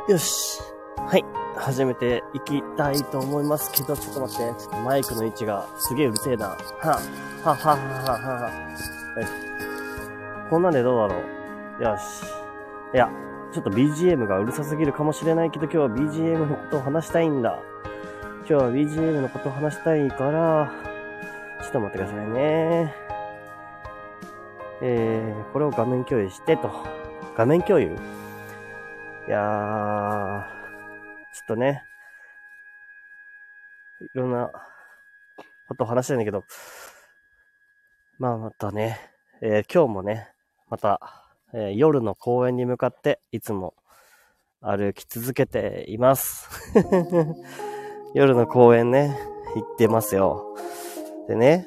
よし。はい。始めていきたいと思いますけど、ちょっと待って。ちょっとマイクの位置がすげえうるせえな。よし。こんなんでどうだろう。よし。いや、ちょっと BGM がうるさすぎるかもしれないけど、今日は BGM のことを話したいんだ。今日は BGM のことを話したいから、ちょっと待ってくださいね。これを画面共有してと。画面共有？いやー、ちょっとね、いろんなことを話したいんだけど、またね、今日もね、また、夜の公園に向かっていつも歩き続けています。夜の公園ね、行ってますよ。でね、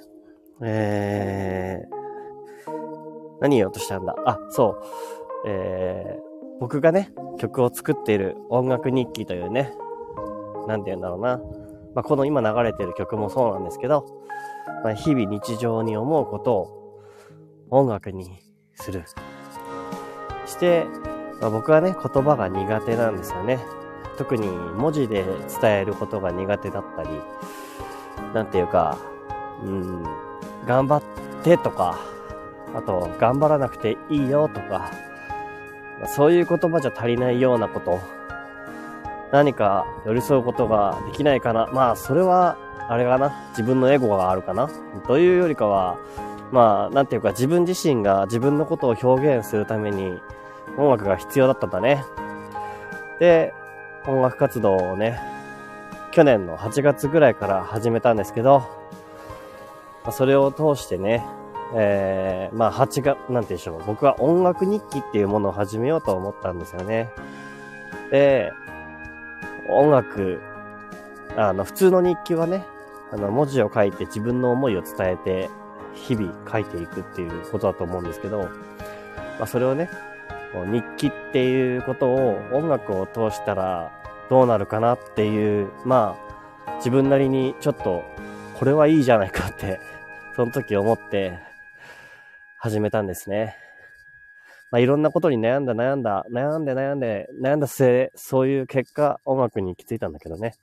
何言おうとしたんだ。そう。僕がね、曲を作っている音楽日記というね、なんて言うんだろうな。この今流れてる曲もそうなんですけど、日々日常に思うことを音楽にする。して、僕はね、言葉が苦手なんですよね。特に文字で伝えることが苦手だったり、なんていうか、頑張ってとか、あと、頑張らなくていいよとか、そういう言葉じゃ足りないようなこと、何か寄り添うことができないかな。それは、あれかな。自分のエゴがあるかな。というよりかは、なんていうか自分自身が自分のことを表現するために音楽が必要だったんだね。で、音楽活動をね、去年の8月ぐらいから始めたんですけど、それを通してね、8月、なんていうんでしょう。僕は音楽日記っていうものを始めようと思ったんですよね。で、音楽、普通の日記はね、文字を書いて自分の思いを伝えて、日々書いていくっていうことだと思うんですけど、それをね、日記っていうことを音楽を通したらどうなるかなっていう、自分なりにちょっと、これはいいじゃないかって、その時思って始めたんですね。いろんなことに悩んだ末、そういう結果、音楽に行き着いたんだけどね。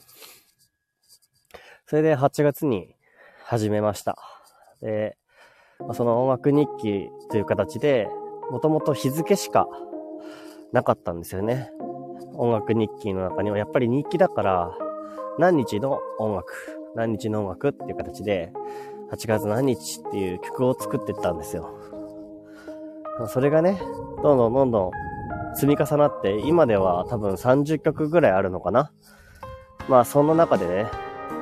それで8月に始めました。で、その音楽日記という形で、もともと日付しかなかったんですよね。音楽日記の中にはやっぱり日記だから、何日の音楽っていう形で、8月何日っていう曲を作っていったんですよ。それがね、どんどん積み重なって、今では多分30曲ぐらいあるのかな。そんな中でね、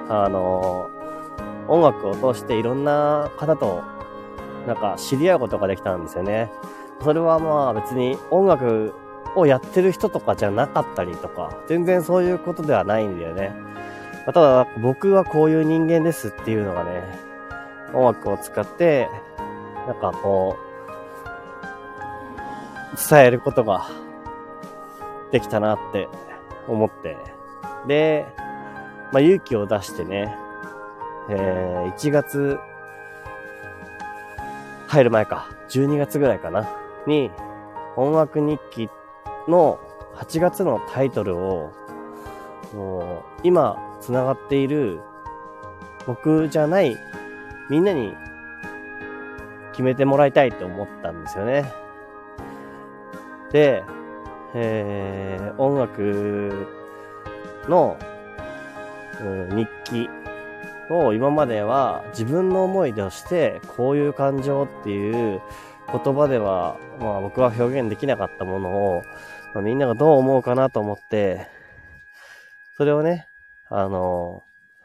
音楽を通していろんな方と知り合うことができたんですよね。それは別に音楽をやってる人とかじゃなかったりとか、全然そういうことではないんだよね。ただ僕はこういう人間ですっていうのがね、音楽を使って伝えることができたなって思って、で、勇気を出してね、1月入る前か、12月ぐらいかなに音楽日記の8月のタイトルを今つながっている僕じゃないみんなに決めてもらいたいと思ったんですよね。で、音楽の、日記を今までは自分の思いとしてこういう感情っていう言葉では僕は表現できなかったものを、みんながどう思うかなと思って、それをね、言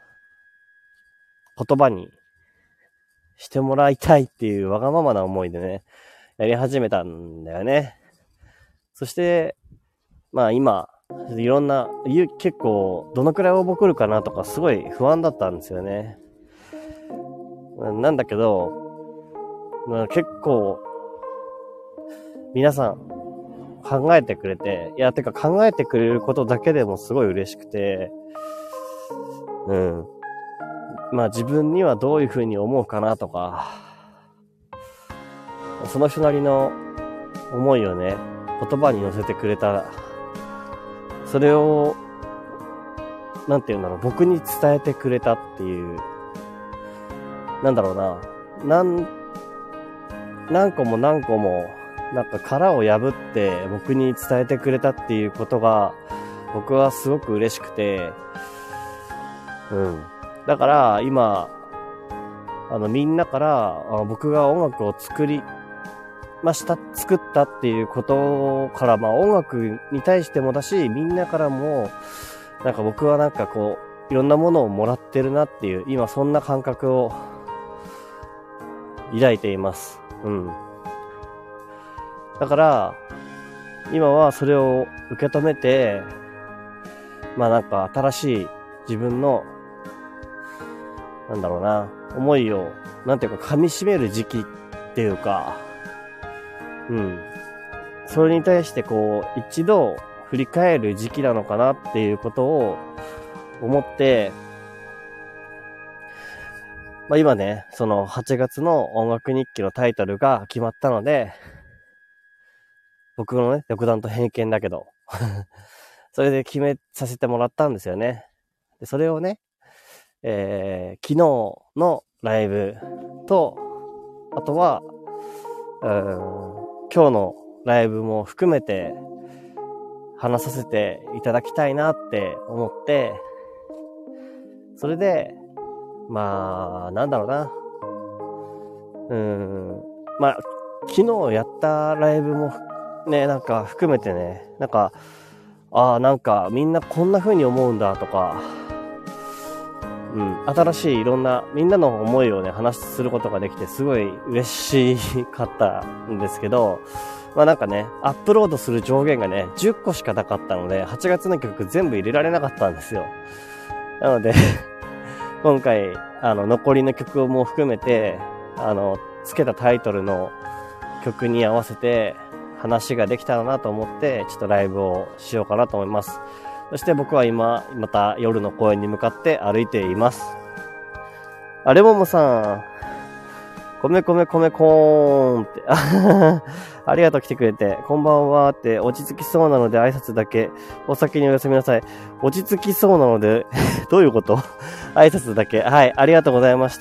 葉にしてもらいたいっていうわがままな思いでね、やり始めたんだよね。そして、今、いろんな、結構、どのくらい応募来るかなとかすごい不安だったんですよね。なんだけど、結構、皆さん考えてくれて、考えてくれることだけでもすごい嬉しくて、自分にはどういう風に思うかなとか、その人なりの思いをね、言葉に乗せてくれたそれを、なんていうんだろう、僕に伝えてくれたっていう、なんだろうな、何個もなんか殻を破って僕に伝えてくれたっていうことが、僕はすごく嬉しくて、だから今、みんなから、僕が音楽を作ったっていうことから、音楽に対してもだし、みんなからも、なんか僕はなんかこう、いろんなものをもらってるなっていう、今そんな感覚を抱いています。だから、今はそれを受け止めて、なんか新しい自分の、なんだろうな、思いを、なんていうか噛み締める時期っていうか、それに対してこう、一度振り返る時期なのかなっていうことを思って、今ね、その8月の音楽日記のタイトルが決まったので、僕のね、独断と偏見だけど、それで決めさせてもらったんですよね。でそれをね、昨日のライブと、あとは、今日のライブも含めて話させていただきたいなって思って、それで、なんだろうな。昨日やったライブもね、なんか含めてね、なんかみんなこんな風に思うんだとか、新しいいろんなみんなの思いをね、話することができてすごい嬉しかったんですけど、なんかね、アップロードする上限がね、10個しかなかったので、8月の曲全部入れられなかったんですよ。なので、今回、残りの曲も含めて、つけたタイトルの曲に合わせて話ができたらなと思って、ちょっとライブをしようかなと思います。そして僕は今、また夜の公園に向かって歩いています。レモモさん、米コーンって、ありがとう来てくれて、こんばんはって、落ち着きそうなので挨拶だけ、お先におやすみなさい。落ち着きそうなので、どういうこと挨拶だけ。はい、ありがとうございました。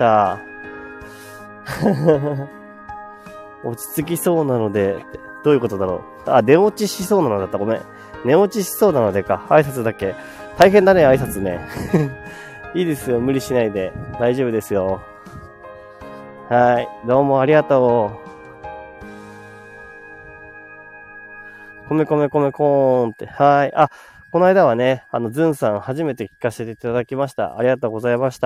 落ち着きそうなので、どういうことだろう。寝落ちしそうなのだった。ごめん。寝落ちしそうなのでか。挨拶だけ。大変だね、挨拶ね。いいですよ、無理しないで。大丈夫ですよ。はい、どうもありがとう。米コーンって。はい。この間はね、ズンさん初めて聞かせていただきました。ありがとうございました。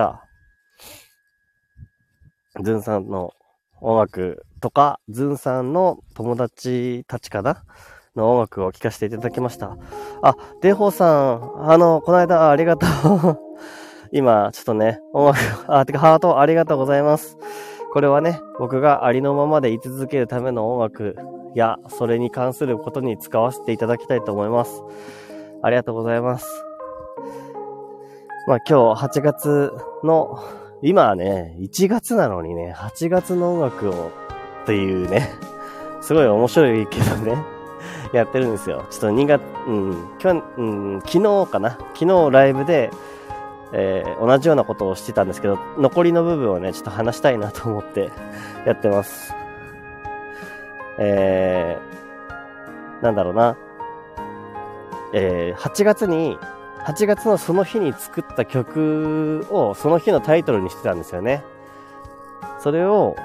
ズンさんの音楽とか、ズンさんの友達たちかなの音楽を聴かせていただきました。デホさん、この間ありがとう。今、ちょっとね、音楽、ハートありがとうございます。これはね、僕がありのままで居続けるための音楽や、それに関することに使わせていただきたいと思います。ありがとうございます。今日8月の、今はね、1月なのにね、8月の音楽をっていうね、すごい面白いけどね、やってるんですよ。ちょっと2月、昨日かな。昨日ライブで、同じようなことをしてたんですけど、残りの部分をね、ちょっと話したいなと思ってやってます。なんだろうな。8月のその日に作った曲をその日のタイトルにしてたんですよね。それを、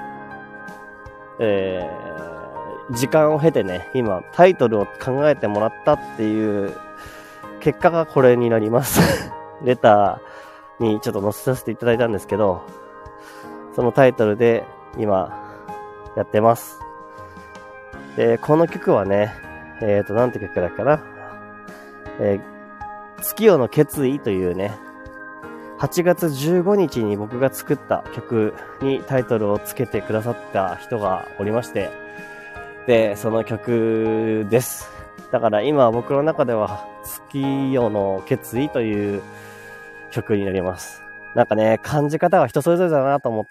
時間を経てね、今タイトルを考えてもらったっていう結果がこれになります。レターにちょっと載せさせていただいたんですけど、そのタイトルで今やってます。で、この曲はね、なんて曲だっけな。月夜の決意というね、8月15日に僕が作った曲にタイトルをつけてくださった人がおりまして、で、その曲です。だから今僕の中では月夜の決意という曲になります。なんかね、感じ方が人それぞれだなと思って、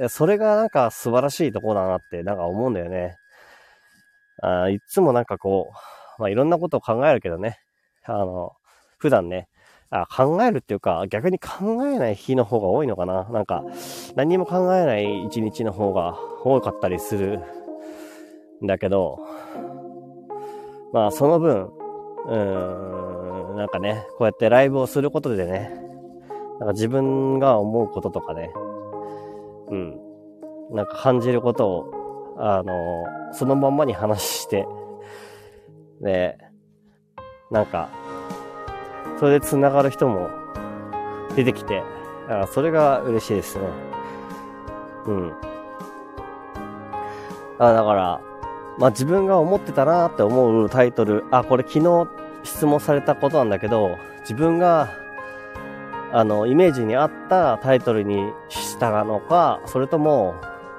それがなんか素晴らしいところだなってなんか思うんだよね。いつもなんかこう、いろんなことを考えるけどね。 普段ね、考えるっていうか、逆に考えない日の方が多いのかな。なんか、何も考えない一日の方が多かったりするんだけど、まあその分、なんかね、こうやってライブをすることでね、なんか自分が思うこととかね、なんか感じることを、そのまんまに話して、で、なんか、それで繋がる人も出てきて、それが嬉しいですね。だから、まあ自分が思ってたなって思うタイトル、これ昨日質問されたことなんだけど、自分が、イメージに合ったタイトルにしたのか、それとも、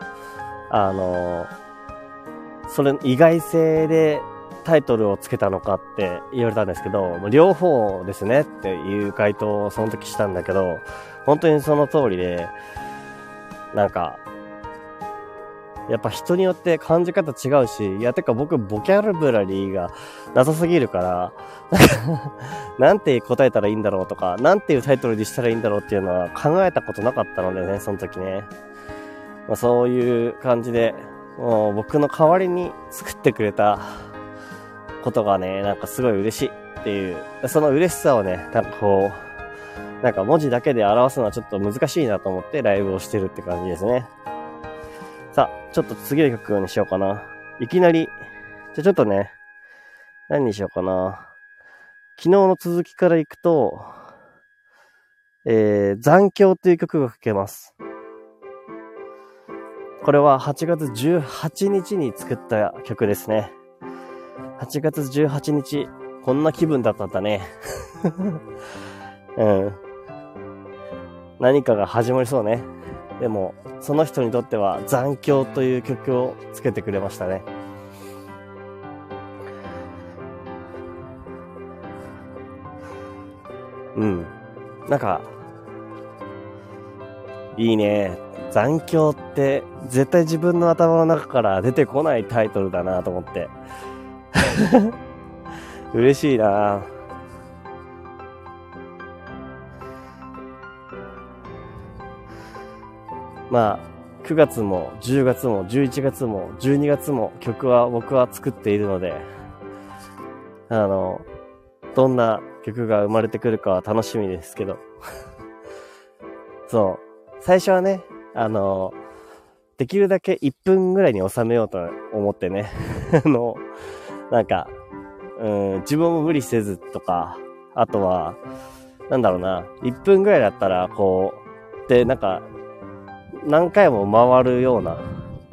それ意外性でタイトルをつけたのかって言われたんですけど、両方ですねっていう回答をその時したんだけど、本当にその通りで、なんか、やっぱ人によって感じ方違うし、てか僕ボキャブラリーがなさすぎるから、なんて答えたらいいんだろうとか、なんていうタイトルにしたらいいんだろうっていうのは考えたことなかったのでね、その時ね。そういう感じで、もう僕の代わりに作ってくれたことがね、なんかすごい嬉しいっていう、その嬉しさをね、なんかこう、なんか文字だけで表すのはちょっと難しいなと思ってライブをしてるって感じですね。さあ、ちょっと次の曲にしようかな。いきなり、じゃあちょっとね、何にしようかな。昨日の続きからいくと、残響っていう曲が聴けます。これは8月18日に作った曲ですね。8月18日、こんな気分だったんだね。何かが始まりそうね。でも、その人にとっては残響という曲をつけてくれましたね。なんか、いいね。残響って絶対自分の頭の中から出てこないタイトルだなと思って。嬉しいな。まあ、9月も10月も11月も12月も曲は僕は作っているので、どんな曲が生まれてくるかは楽しみですけど。そう。最初はね、できるだけ1分ぐらいに収めようと思ってね。なんか、自分も無理せずとか、あとは、なんだろうな、1分ぐらいだったら、こう、で、なんか、何回も回るような、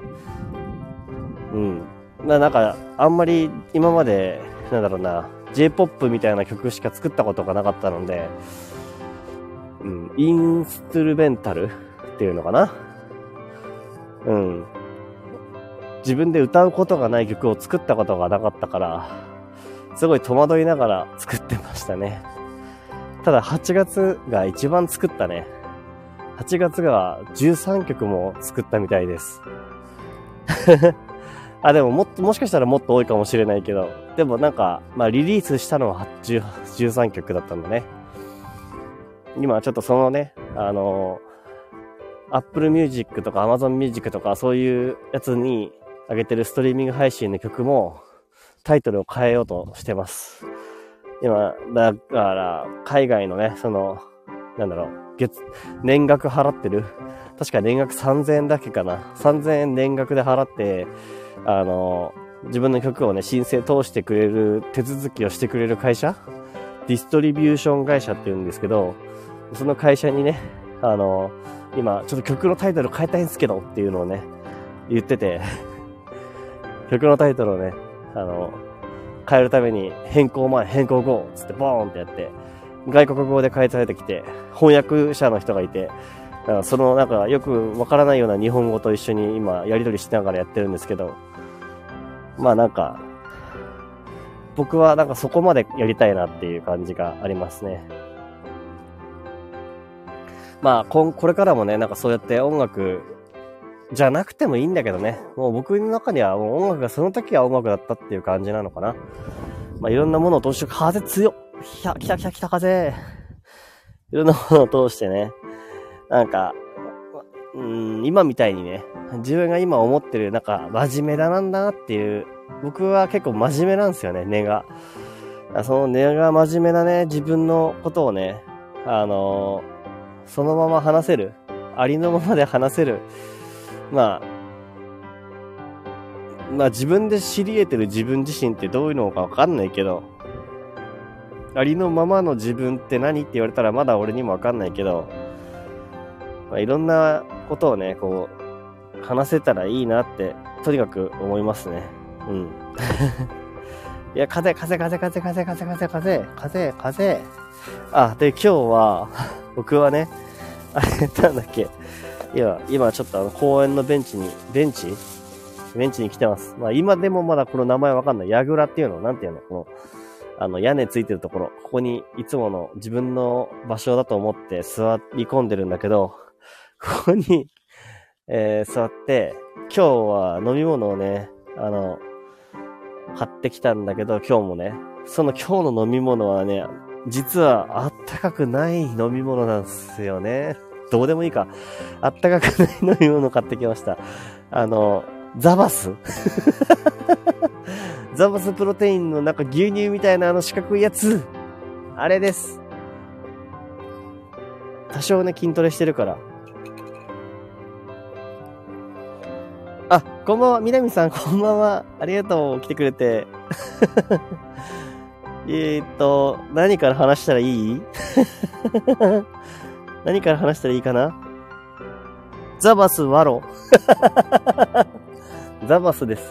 なんか、あんまり今まで、なんだろうな、J-POP みたいな曲しか作ったことがなかったので、インストゥルメンタルっていうのかな。自分で歌うことがない曲を作ったことがなかったから、すごい戸惑いながら作ってましたね。ただ8月が一番作ったね。8月が13曲も作ったみたいです。でももしかしたらもっと多いかもしれないけど、でもなんか、リリースしたのは13曲だったんだね。今ちょっとそのね、Apple Music とか Amazon Music とかそういうやつに上げてるストリーミング配信の曲もタイトルを変えようとしてます。今、だから海外のね、年額払ってる。確か年額3000円だけかな。3000円年額で払って、自分の曲をね、申請通してくれる、手続きをしてくれる会社？ディストリビューション会社って言うんですけど、その会社にね、今、ちょっと曲のタイトル変えたいんですけどっていうのをね、言ってて、曲のタイトルをね、変えるために変更前、変更後、つってボーンってやって、外国語で変えされてきて、翻訳者の人がいて、そのなんかよくわからないような日本語と一緒に今やり取りしながらやってるんですけど、なんか、僕はなんかそこまでやりたいなっていう感じがありますね。これからもね、なんかそうやって音楽じゃなくてもいいんだけどね。もう僕の中にはもう音楽がその時は音楽だったっていう感じなのかな。いろんなものを通して風強っ来た風。いろんなものを通してね、なんか、今みたいにね、自分が今思ってる、なんか、真面目だなんだなっていう、僕は結構真面目なんですよね、根が。その根が真面目なね、自分のことをね、そのまま話せる。ありのままで話せる。まあ自分で知り得てる自分自身ってどういうのかわかんないけど、ありのままの自分って何って言われたらまだ俺にもわかんないけど、いろんなことをね、こう、話せたらいいなって、とにかく思いますね。うん。いや、風。あ、で、今日は、僕はね、なんだっけ。今ちょっと公園のベンチに来てます。まあ今でもまだこの名前わかんない。ヤグラっていうのなんていうのこの、屋根ついてるところ。ここにいつもの自分の場所だと思って座り込んでるんだけど、ここに、座って、今日は飲み物をね、買ってきたんだけど、今日もね、その今日の飲み物はね、実はあったかくない飲み物なんですよね。どうでもいいか。あったかくない飲み物買ってきました。ザバスザバスプロテインのなんか牛乳みたいな四角いやつ。あれです。多少ね、筋トレしてるから。あ、こんばんは。みなみさん、こんばんは。ありがとう。来てくれて。何から話したらいい何から話したらいいかな。ザバスワロ。ザバスです。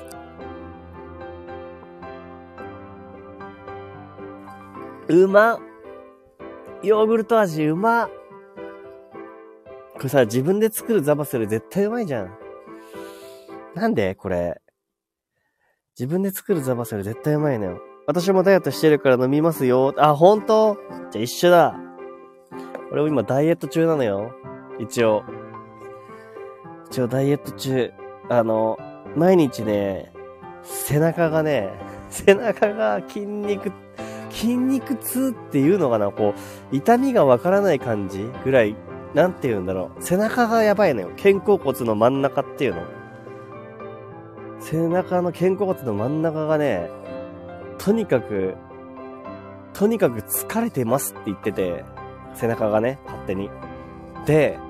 うまっ。ヨーグルト味うまっ。これさ、自分で作るザバスより絶対うまいじゃん。なんでこれ。自分で作るザバスより絶対うまいのよ。私もダイエットしてるから飲みますよ。あ、ほんと？じゃあ一緒だ。俺も今ダイエット中なのよ。一応ダイエット中。毎日ね、背中が筋肉痛っていうのかな、こう、痛みがわからない感じぐらい、なんて言うんだろう。背中がやばいのよ。肩甲骨の真ん中っていうの。背中の肩甲骨の真ん中がね、とにかく疲れてますって言ってて、背中がね、勝手に。で、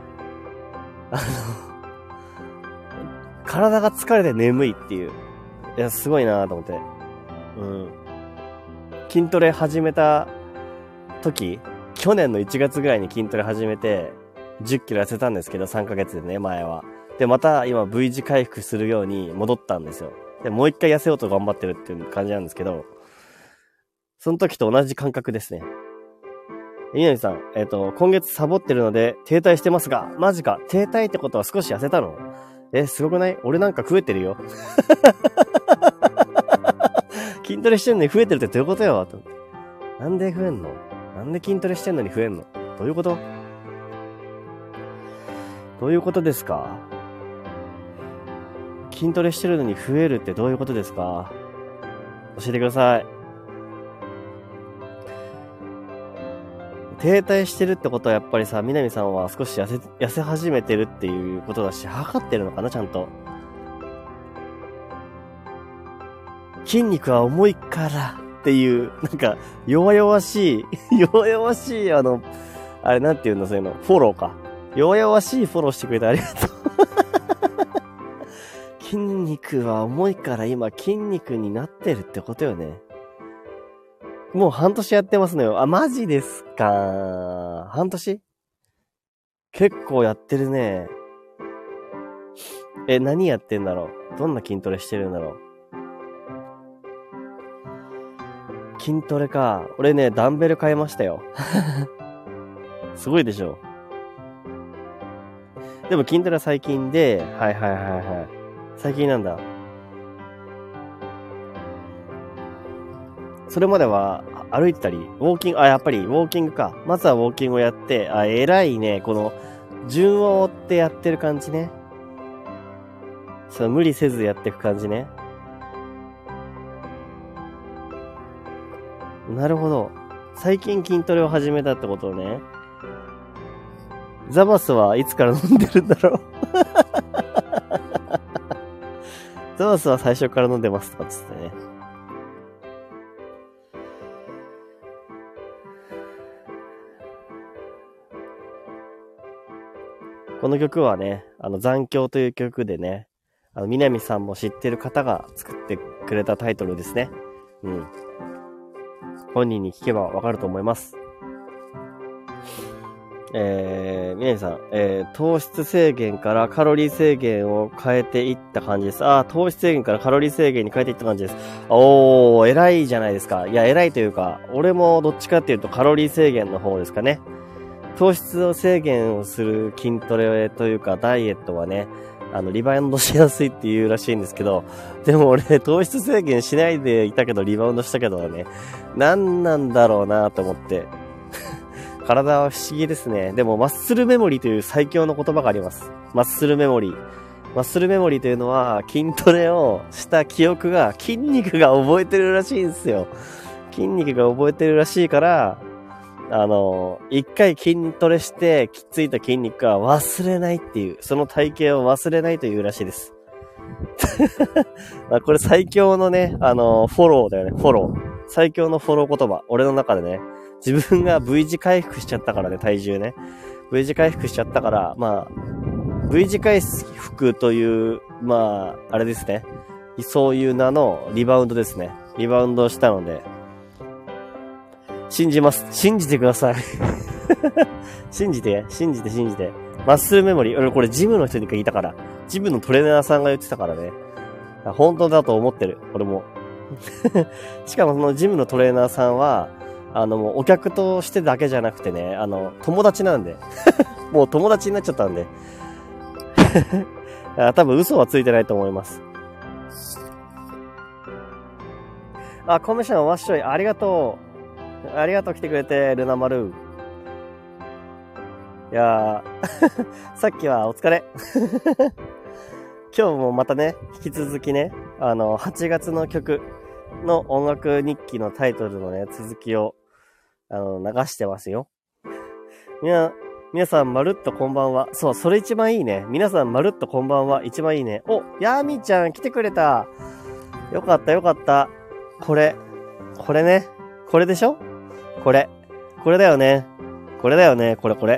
体が疲れて眠いっていう。いや、すごいなと思って。うん。筋トレ始めた時、去年の1月ぐらいに筋トレ始めて、10キロ痩せたんですけど、3ヶ月でね、前は。で、また今 V 字回復するように戻ったんですよ。で、もう一回痩せようと頑張ってるっていう感じなんですけど、その時と同じ感覚ですね。稲見さん、今月サボってるので停滞してますが、マジか、停滞ってことは少し痩せたの？すごくない？俺なんか増えてるよ。筋トレしてんのに増えてるってどういうことよ？なんで増えんの？なんで筋トレしてんのに増えんの？どういうこと？どういうことですか？筋トレしてるのに増えるってどういうことですか？教えてください。停滞してるってことはやっぱりさ、南さんは少し痩せ始めてるっていうことだし、測ってるのかな、ちゃんと。筋肉は重いからっていう、なんか、弱々しい、あれなんていうの、そういうの、フォローか。弱々しいフォローしてくれてありがとう。筋肉は重いから今筋肉になってるってことよね。もう半年やってますのよ。あ、マジですか。半年？結構やってるね。何やってんだろう？どんな筋トレしてるんだろう？筋トレか。俺ね、ダンベル買いましたよ。すごいでしょ。でも筋トレは最近で、はい。最近なんだ。それまでは歩いてたり、やっぱりウォーキングか。まずはウォーキングをやって、偉いね。この、順を追ってやってる感じね。無理せずやっていく感じね。なるほど。 最近筋トレを始めたってことね。ザバスはいつから飲んでるんだろうザバスは最初から飲んでますとかつってね。この曲はね、残響という曲でね、南さんも知ってる方が作ってくれたタイトルですね。うん。本人に聞けばわかると思います。南さん、糖質制限からカロリー制限を変えていった感じです。糖質制限からカロリー制限に変えていった感じです。偉いじゃないですか。いや、偉いというか、俺もどっちかっていうとカロリー制限の方ですかね。糖質を制限をする筋トレというかダイエットはね、リバウンドしやすいっていうらしいんですけど、でも俺、糖質制限しないでいたけど、リバウンドしたけどね、何なんだろうなと思って。体は不思議ですね。でも、マッスルメモリーという最強の言葉があります。マッスルメモリー。マッスルメモリーというのは、筋トレをした記憶が、筋肉が覚えてるらしいんですよ。筋肉が覚えてるらしいから、一回筋トレしてきついた筋肉は忘れないっていう、その体型を忘れないというらしいです。これ最強のね、フォローだよね、フォロー。最強のフォロー言葉。俺の中でね、自分が V 字回復しちゃったからね、体重ね。V 字回復しちゃったから、V 字回復という、あれですね。そういう名のリバウンドですね。リバウンドしたので、信じます。信じてください。信じて。マッスルメモリー。俺これジムの人に言ったから。ジムのトレーナーさんが言ってたからね。本当だと思ってる。俺も。しかもそのジムのトレーナーさんは、もうお客としてだけじゃなくてね、友達なんで。もう友達になっちゃったんで。多分嘘はついてないと思います。コメションわっしょい。ありがとう。ありがとう来てくれて、ルナマル。いやー、さっきはお疲れ。今日もまたね、引き続きね、8月の曲の音楽日記のタイトルのね、続きを、流してますよ。皆さんまるっとこんばんは。そう、それ一番いいね。皆さんまるっとこんばんは。一番いいね。ヤーミーちゃん来てくれた。よかった。これね。これでしょ？これだよね。これ。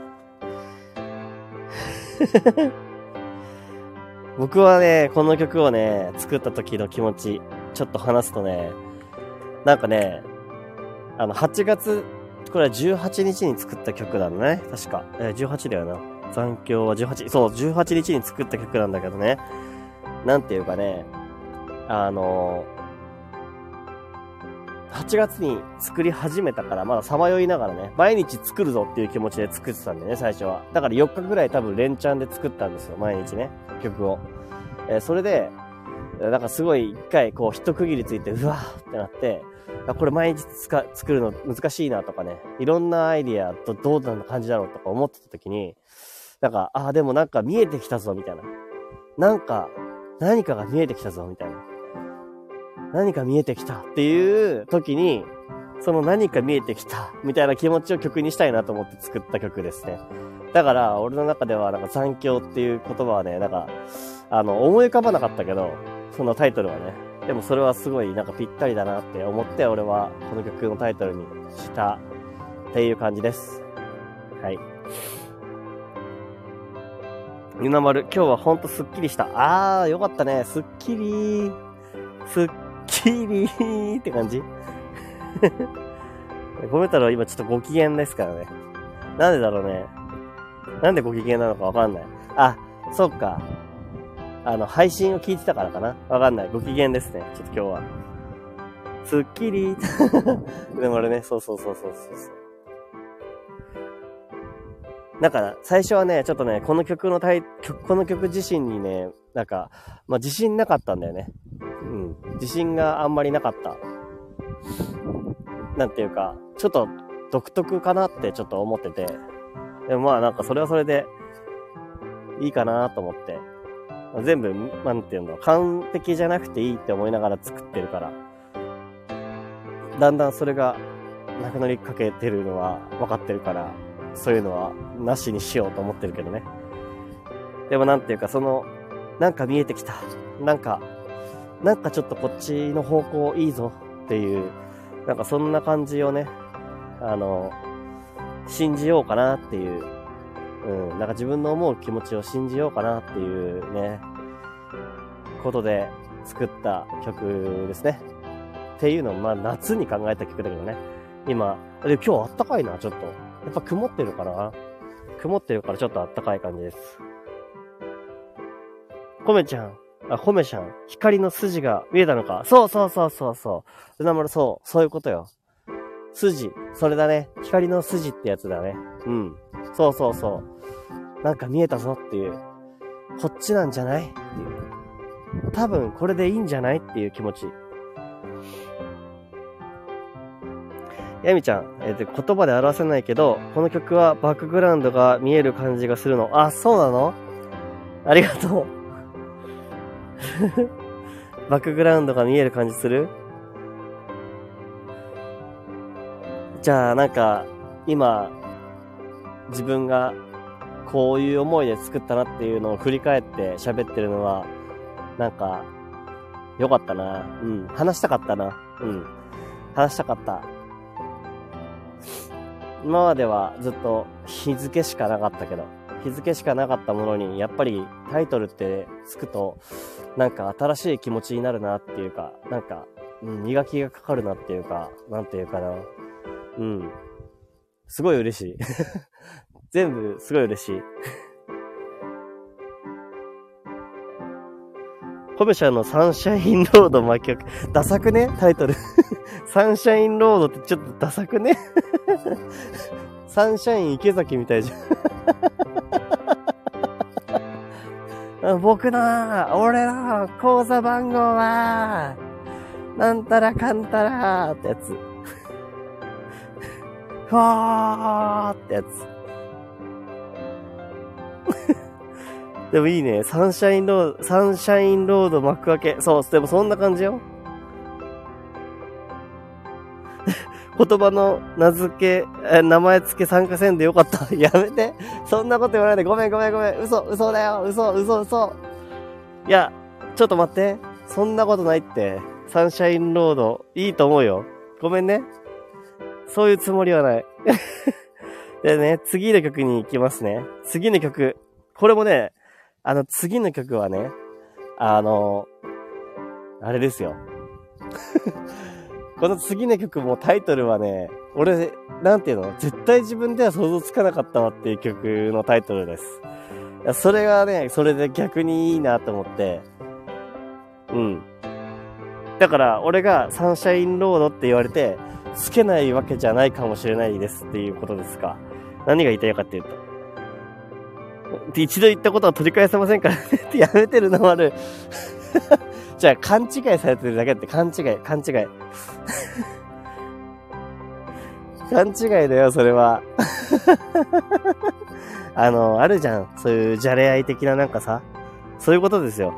僕はね、この曲をね、作った時の気持ち、ちょっと話すとね、なんかね、8月、これは18日に作った曲なんだね。確か。18だよな。残響は18、そう、18日に作った曲なんだけどね。なんていうかね、8月に作り始めたから、まださまよいながらね、毎日作るぞっていう気持ちで作ってたんだよね、最初は。だから4日ぐらい多分連チャンで作ったんですよ、毎日ね、曲を。それで、なんかすごい一回こう一区切りついて、うわーってなって、これ毎日作るの難しいなとかね、いろんなアイディアとどうな感じだろうとか思ってた時に、なんか、でもなんか見えてきたぞ、みたいな。何かが見えてきたぞ、みたいな。何か見えてきたっていう時に、その何か見えてきたみたいな気持ちを曲にしたいなと思って作った曲ですね。だから、俺の中ではなんか残響っていう言葉はね、なんか、思い浮かばなかったけど、そのタイトルはね。でもそれはすごいなんかぴったりだなって思って、俺はこの曲のタイトルにしたっていう感じです。はい。ゆなまる、今日はほんとスッキリした。よかったね。スッキリって感じごめんたろ、今ちょっとご機嫌ですからね。なんでだろうね。なんでご機嫌なのかわかんない。そっか。配信を聞いてたからかな。わかんない。ご機嫌ですね。ちょっと今日は。スッキリでも俺ね、そう。なんか、最初はね、ちょっとね、この曲自身にね、なんか、自信なかったんだよね。自信があんまりなかった。なんていうか、ちょっと独特かなってちょっと思ってて。でもなんかそれはそれでいいかなと思って。全部、なんていうの、完璧じゃなくていいって思いながら作ってるから。だんだんそれがなくなりかけてるのは分かってるから、そういうのはなしにしようと思ってるけどね。でもなんていうか、なんか見えてきた。なんかちょっとこっちの方向いいぞっていう、なんかそんな感じをね、信じようかなっていう、なんか自分の思う気持ちを信じようかなっていうね、ことで作った曲ですね。っていうのも、まあ夏に考えた曲だけどね。今日あったかいな、ちょっと。やっぱ曇ってるかな。曇ってるからちょっとあったかい感じです。コメちゃん、光の筋が見えたのか。そう。ルナ丸、そういうことよ。筋、それだね。光の筋ってやつだね。そう。なんか見えたぞっていう。こっちなんじゃないっていう。多分これでいいんじゃないっていう気持ち。ヤミちゃん、言葉で表せないけど、この曲はバックグラウンドが見える感じがするの。あ、そうなの？ありがとう。バックグラウンドが見える感じする？じゃあなんか今自分がこういう思いで作ったなっていうのを振り返って喋ってるのはなんか良かったな。話したかったな。話したかった。今まではずっと日付しかなかったけど、日付しかなかったものにやっぱりタイトルってつくとなんか新しい気持ちになるなっていうか、なんか、磨きがかかるなっていうか、なんていうかな。すごい嬉しい。全部すごい嬉しい。コメシャのサンシャインロード巻き曲。ダサくねタイトル。サンシャインロードってちょっとダサくね。サンシャイン池崎みたいじゃん。俺の口座番号は、なんたらかんたらってやつ。ふわーってやつ。でもいいね。サンシャインロード幕開け。そう、でもそんな感じよ。言葉の名前付け参加せんでよかった。やめて。そんなこと言わないで。ごめん。嘘だよ。嘘。いや、ちょっと待って。そんなことないって。サンシャインロード、いいと思うよ。ごめんね。そういうつもりはない。でね、次の曲に行きますね。次の曲。これもね、次の曲はね、あれですよ。この次の曲もタイトルはね、俺、なんていうの？絶対自分では想像つかなかったわっていう曲のタイトルです。それがね、それで逆にいいなと思って、だから、俺がサンシャインロードって言われて、つけないわけじゃないかもしれないですっていうことですか。何が言いたいかっていうと。一度言ったことは取り返せませんからねってやめてるのもある。じゃあ、勘違いされてるだけって勘違い。勘違いだよ、それは。あるじゃん。そういうじゃれ合い的ななんかさ。そういうことですよ。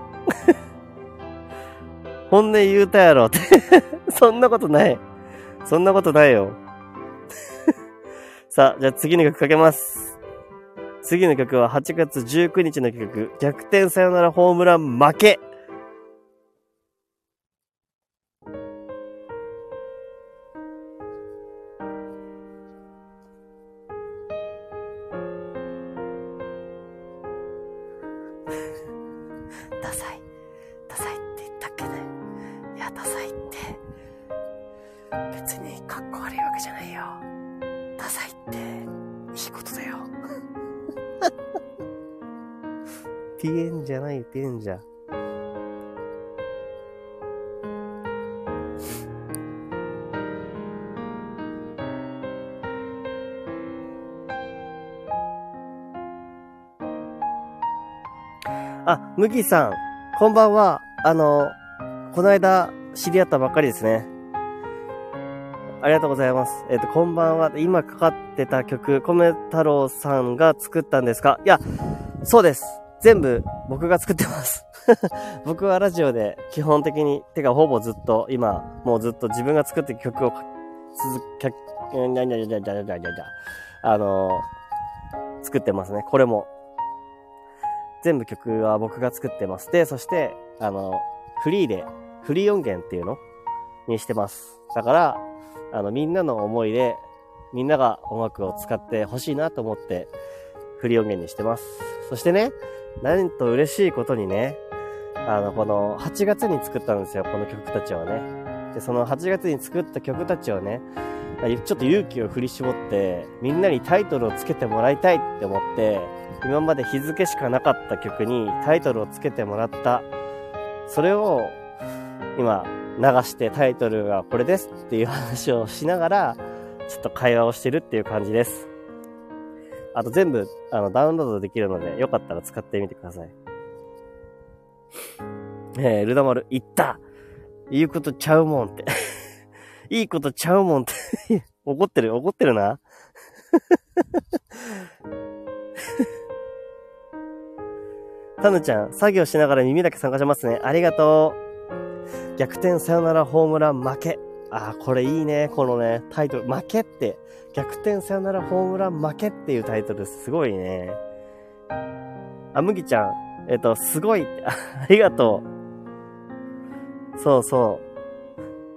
本音言うたやろって。そんなことない。そんなことないよ。さあ、じゃあ次の曲かけます。次の曲は8月19日の曲。逆転サヨナラホームラン負け。ダサいって言ったっけね。いや、ダサいって別にかっこ悪いわけじゃないよ。ダサいっていいことだよ。ピエンじゃない、ピエンじゃ。あ、麦さん、こんばんは。この間知り合ったばっかりですね。ありがとうございます。こんばんは。今かかってた曲、米太郎さんが作ったんですか？いや、そうです。全部僕が作ってます。僕はラジオで基本的に、ほぼずっと、今、もうずっと自分が作って曲を作ってますね。これも。全部曲は僕が作ってます。で、そして、フリー音源っていうのにしてます。だから、みんなの思いで、みんなが音楽を使ってほしいなと思って、フリー音源にしてます。そしてね、なんと嬉しいことにね、この8月に作ったんですよ、この曲たちをね。で、その8月に作った曲たちをね、ちょっと勇気を振り絞って、みんなにタイトルをつけてもらいたいって思って、今まで日付しかなかった曲にタイトルをつけてもらった。それを、今、流してタイトルがこれですっていう話をしながら、ちょっと会話をしてるっていう感じです。あと全部、ダウンロードできるので、よかったら使ってみてください。ルダマル、言った!言うことちゃうもんって。いいことちゃうもんって。怒ってるな。タヌちゃん、作業しながら耳だけ参加しますね。ありがとう。逆転サヨナラホームラン負け。これいいね。このね、タイトル。負けって。逆転サヨナラホームラン負けっていうタイトルすごいね。麦ちゃん。すごい。ありがとう。そうそう。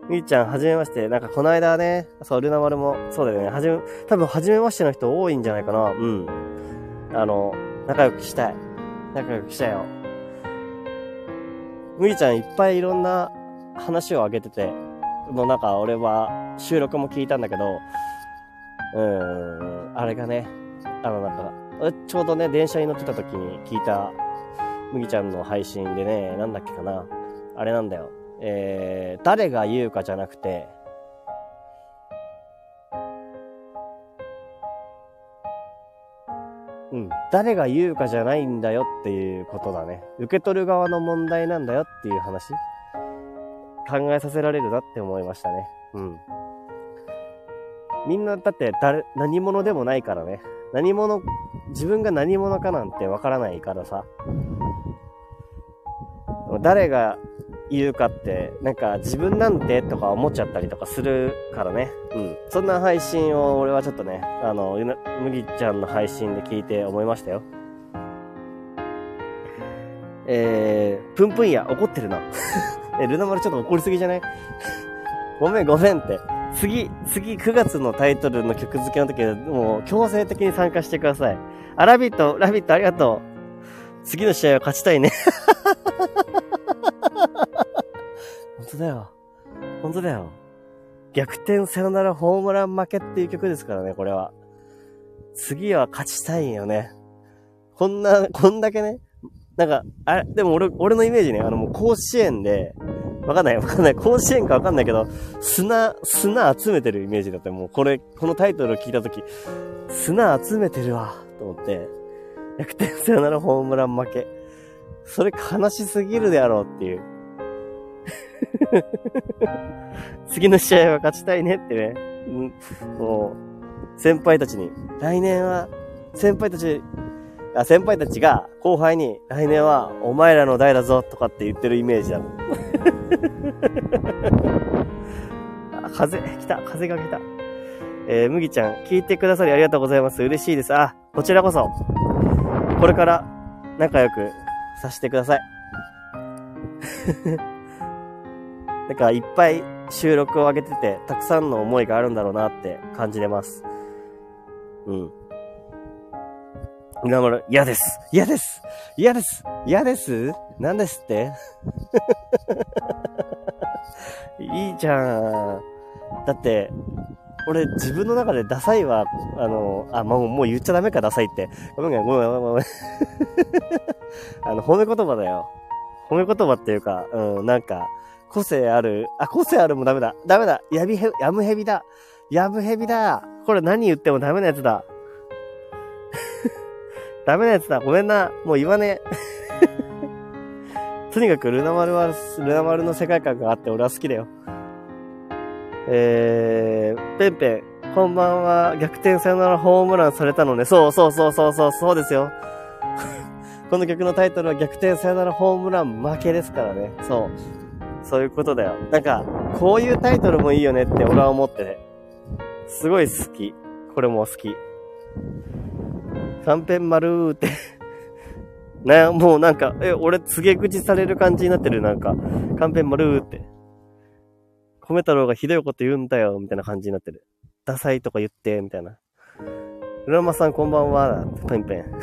麦ちゃん、はじめまして。なんかこの間ね、そう、ルナ丸も、そうだよね。多分はじめましての人多いんじゃないかな。うん。仲良くしたい。仲良くしたよ。麦ちゃんいっぱいいろんな話をあげてて、なんか俺は収録も聞いたんだけど、あれがね、なんか、ちょうどね、電車に乗ってた時に聞いた、麦ちゃんの配信でね、なんだっけかな。あれなんだよ。誰が言うかじゃなくて、誰が言うかじゃないんだよっていうことだね。受け取る側の問題なんだよっていう話。考えさせられるなって思いましたね。みんなだって何者でもないからね。自分が何者かなんてわからないからさ。誰が言うかって、なんか自分なんてとか思っちゃったりとかするからね。そんな配信を俺はちょっとね、麦ちゃんの配信で聞いて思いましたよ。プンプンや、怒ってるな。ルナ丸ちょっと怒りすぎじゃないごめんって。次9月のタイトルの曲付けの時はもう強制的に参加してください。ラビットありがとう。次の試合は勝ちたいね。本当だよ。逆転サヨナラホームラン負けっていう曲ですからね、これは。次は勝ちたいよね。こんだけね。なんか、でも俺のイメージね、もう甲子園で、わかんない。甲子園かわかんないけど、砂集めてるイメージだった。もうこのタイトルを聞いたとき、砂集めてるわ、と思って。逆転サヨナラホームラン負け。それ悲しすぎるであろうっていう。次の試合は勝ちたいねってね。もう、先輩たちに、来年は、先輩たちが後輩に、来年はお前らの代だぞとかって言ってるイメージだもん。風が来た。麦ちゃん、聞いてくださりありがとうございます。嬉しいです。こちらこそ。これから仲良くさせてください。だからいっぱい収録を上げてて、たくさんの思いがあるんだろうなって感じてます。稲丸、嫌です。なんですっていいじゃん。だって、俺自分の中でダサいは、もう言っちゃダメか、ダサいって。ごめん。褒め言葉だよ。褒め言葉っていうか、なんか、個性あるもダメだ。やぶへびだ。これ何言ってもダメなやつだ。ごめんな。もう言わねえ。とにかくルナ丸の世界観があって俺は好きだよ。ペンペン、こんばんは。逆転サヨナラホームランされたのね。そうですよ。この曲のタイトルは逆転サヨナラホームラン負けですからね。そういうことだよ。なんか、こういうタイトルもいいよねって俺は思ってね。 すごい好き。これも好き。カンペン丸ってね、もうなんか、俺告げ口される感じになってる。なんか、カンペン丸って。米太郎がひどいこと言うんだよ、みたいな感じになってる。ダサいとか言って、みたいな。浦間さんこんばんは、ペンペン。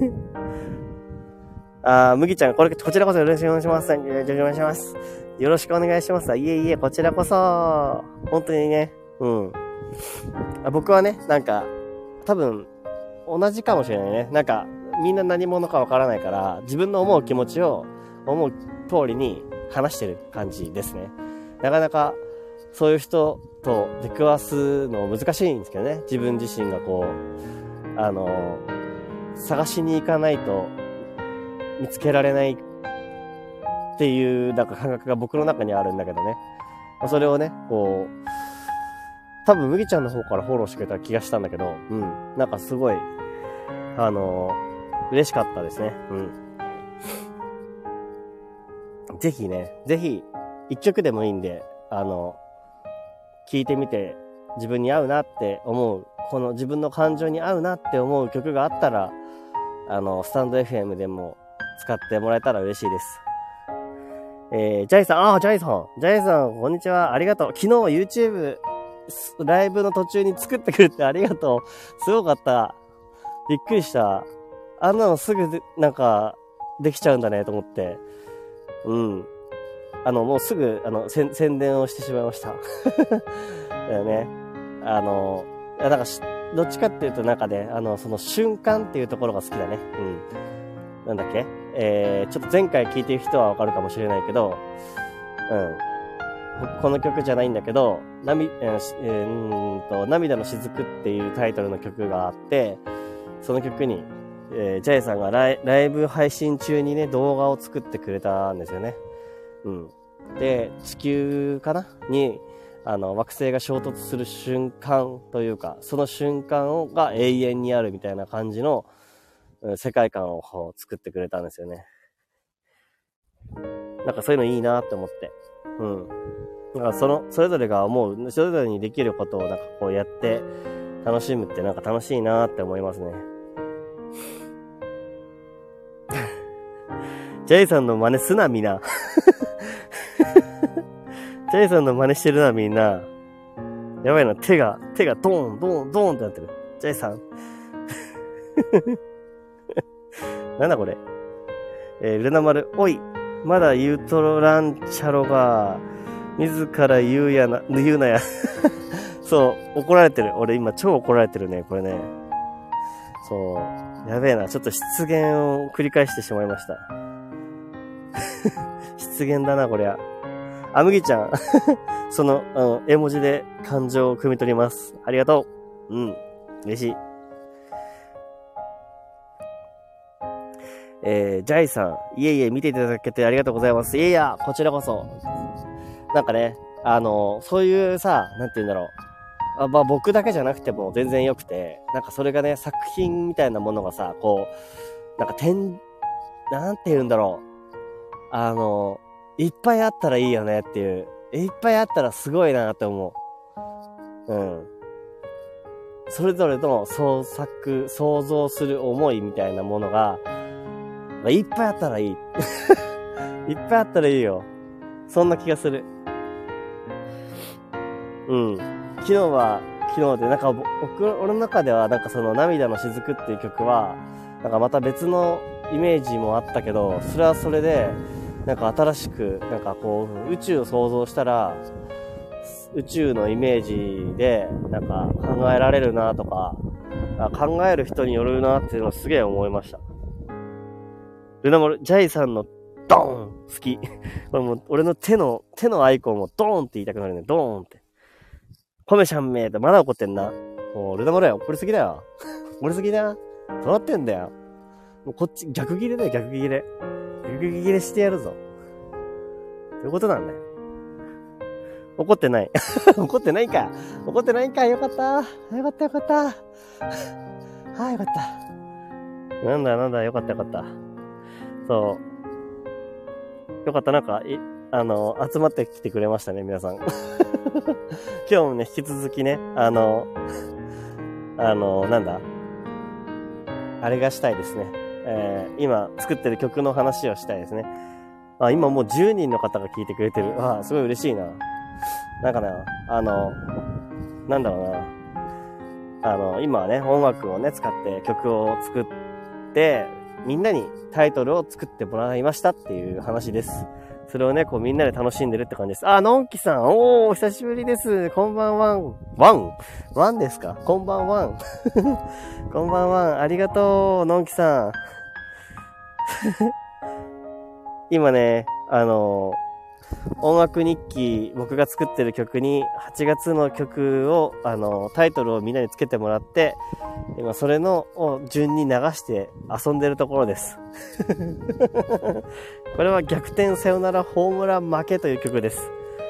麦ちゃん、こちらこそよろしくお願いします。よろしくお願いします。よろしくお願いします。いえいえ、こちらこそ。本当にね、僕はね、なんか、多分、同じかもしれないね。なんか、みんな何者かわからないから、自分の思う気持ちを思う通りに話してる感じですね。なかなか、そういう人と出くわすの難しいんですけどね。自分自身がこう、探しに行かないと見つけられないっていう、なんか感覚が僕の中にあるんだけどね。それをね、こう、多分麦ちゃんの方からフォローしてくれた気がしたんだけど、なんかすごい、嬉しかったですね。ぜひね、一曲でもいいんで、聴いてみて自分に合うなって思う、この自分の感情に合うなって思う曲があったら、スタンド FM でも使ってもらえたら嬉しいです。ジャイさん、ジャイさん、こんにちは。ありがとう。昨日 YouTube ライブの途中に作ってくれてありがとう。すごかった。びっくりした。あんなのすぐなんか、できちゃうんだねと思って。もうすぐ、宣伝をしてしまいました。だよね。なんかどっちかっていうとなんかね、その瞬間っていうところが好きだね。なんだっけちょっと前回聴いてる人はわかるかもしれないけど、この曲じゃないんだけど、涙の雫っていうタイトルの曲があって、その曲に、ジャイさんがライブ配信中にね、動画を作ってくれたんですよね。で、地球かなに、惑星が衝突する瞬間というか、その瞬間が永遠にあるみたいな感じの、世界観を作ってくれたんですよね。なんかそういうのいいなって思って。なんかそれぞれが思う、それぞれにできることをなんかこうやって楽しむってなんか楽しいなって思いますね。ジャイさんの真似すなみんな。ジャイさんの真似してるなみんな。やばいな、手がドーン、ドーン、ドーンってなってる。ジャイさん。なんだこれ。ルナ丸、おい、まだ言うとろらんちゃろが、自ら言うなや。そう、怒られてる。俺今超怒られてるね、これね。そう、やべえな、ちょっと失言を繰り返してしまいました。失言だな、こりゃ。麦ちゃん。その、絵文字で感情を汲み取ります。ありがとう。嬉しい。ジャイさん。いえいえ、見ていただけてありがとうございます。いや、こちらこそ。なんかね、そういうさ、なんて言うんだろう。僕だけじゃなくても全然良くて、なんかそれがね、作品みたいなものがさ、こう、なんかなんて言うんだろう。いっぱいあったらいいよねっていう。いっぱいあったらすごいなって思う。それぞれの想像する思いみたいなものが、いっぱいあったらいい。いっぱいあったらいいよ。そんな気がする。昨日で、なんか俺の中ではなんかその涙の雫っていう曲は、なんかまた別のイメージもあったけど、それはそれで、なんか新しく、なんかこう、宇宙を想像したら、宇宙のイメージで、なんか考えられるなとか、考える人によるなっていうのをすげえ思いました。ルナモル、ジャイさんのドーン好き。これもう俺の手のアイコンもドーンって言いたくなるね。ドーンって。コメシャンメーってまだ怒ってんな。もうルナモルや、怒りすぎだよ。怒りすぎだよ。どうなってんだよ。もうこっち、逆ギレだよ、逆ギレ。逆ギレしてやるぞ。ということなんだよ。怒ってない。怒ってないか。怒ってないか。よかった。よかった、よかった。はい、よかった。なんだ、よかった、よかった。そう。よかった、なんか、 集まってきてくれましたね、皆さん。今日もね、引き続きね、なんだあれがしたいですね。今作ってる曲の話をしたいですね。今もう10人の方が聞いてくれてる。すごい嬉しいな。なんかな、なんだろうな。今はね、音楽をね、使って曲を作って、みんなにタイトルを作ってもらいましたっていう話です。それをね、こうみんなで楽しんでるって感じです。のんきさん、お久しぶりです。こんばんは。ワンですか？こんばんは。こんばんは。ありがとう、のんきさん。今ね、音楽日記、僕が作ってる曲に8月の曲を、タイトルをみんなにつけてもらって、今それのを順に流して遊んでるところです。これは逆転サヨナラホームラン負けという曲です。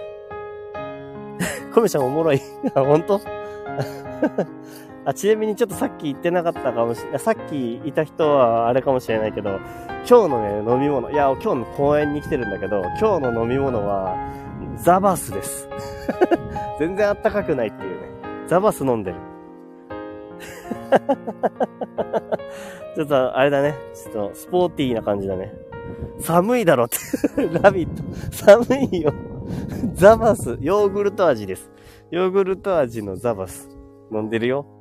コミちゃんおもろい。本当？ちなみにちょっとさっき言ってなかったかもしれない。さっきいた人はあれかもしれないけど、今日のね、飲み物、今日の公園に来てるんだけど、今日の飲み物は、ザバスです。全然あったかくないっていうね。ザバス飲んでる。ちょっと、あれだね。ちょっと、スポーティーな感じだね。寒いだろって。ラビット。寒いよ。ザバス、ヨーグルト味です。ヨーグルト味のザバス。飲んでるよ。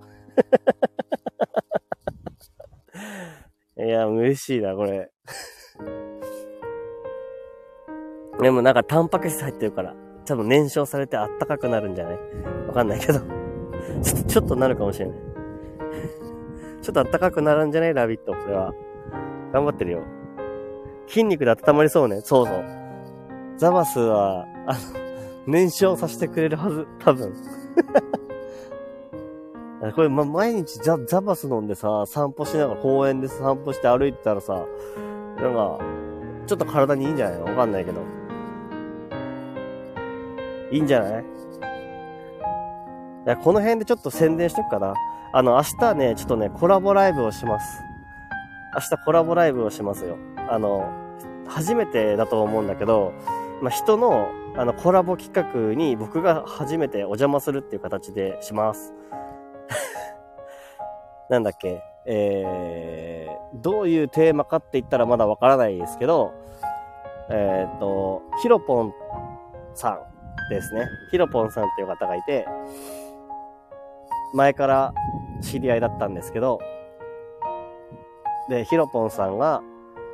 いや、嬉しいな、これ。でもなんかタンパク質入ってるから、多分燃焼されてあったかくなるんじゃない？わかんないけど。ちょっとなるかもしれない。ちょっとあったかくなるんじゃない？ラビット、これは。頑張ってるよ。筋肉で温まりそうね。そうそう。ザバスは、燃焼させてくれるはず、多分。これ、毎日ザバス飲んでさ、散歩しながら公園で散歩して歩いてたらさ、なんか、ちょっと体にいいんじゃないの？わかんないけど。いいんじゃない？この辺でちょっと宣伝しとくかな。明日ね、ちょっとね、コラボライブをします。明日コラボライブをしますよ。初めてだと思うんだけど、人の、コラボ企画に僕が初めてお邪魔するっていう形でします。なんだっけ、どういうテーマかって言ったらまだわからないですけど、ヒロポンさんですね。ヒロポンさんっていう方がいて、前から知り合いだったんですけど、で、ヒロポンさんが、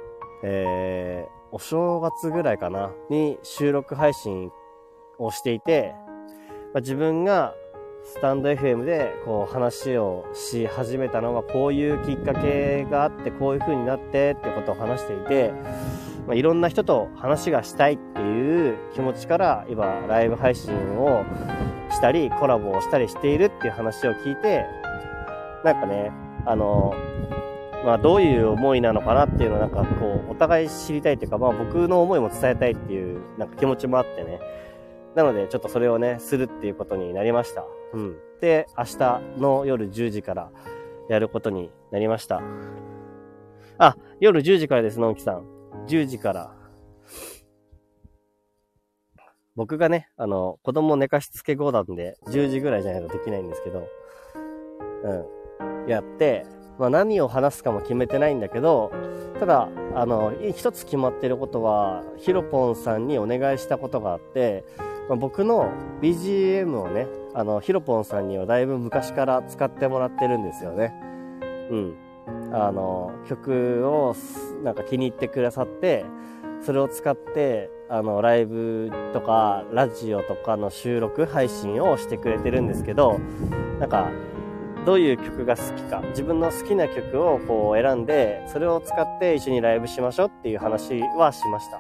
お正月ぐらいかな、に収録配信をしていて、自分がスタンド FM でこう話をし始めたのがこういうきっかけがあってこういう風になってってことを話していて、いろんな人と話がしたいっていう気持ちから今ライブ配信をしたりコラボをしたりしているっていう話を聞いて、なんかね、どういう思いなのかなっていうのをなんかこうお互い知りたいっていうか、僕の思いも伝えたいっていうなんか気持ちもあってね。なのでちょっとそれをねするっていうことになりました。で、明日の夜10時からやることになりました。夜10時からです、のんきさん。10時から。僕がね、子供寝かしつけ後なんで10時ぐらいじゃないとできないんですけど、やって、何を話すかも決めてないんだけど、ただ、一つ決まってることは、ヒロポンさんにお願いしたことがあって、僕の BGM をね、ヒロポンさんにはだいぶ昔から使ってもらってるんですよね。曲をなんか気に入ってくださって、それを使って、ライブとか、ラジオとかの収録配信をしてくれてるんですけど、なんか、どういう曲が好きか、自分の好きな曲をこう選んで、それを使って一緒にライブしましょうっていう話はしました。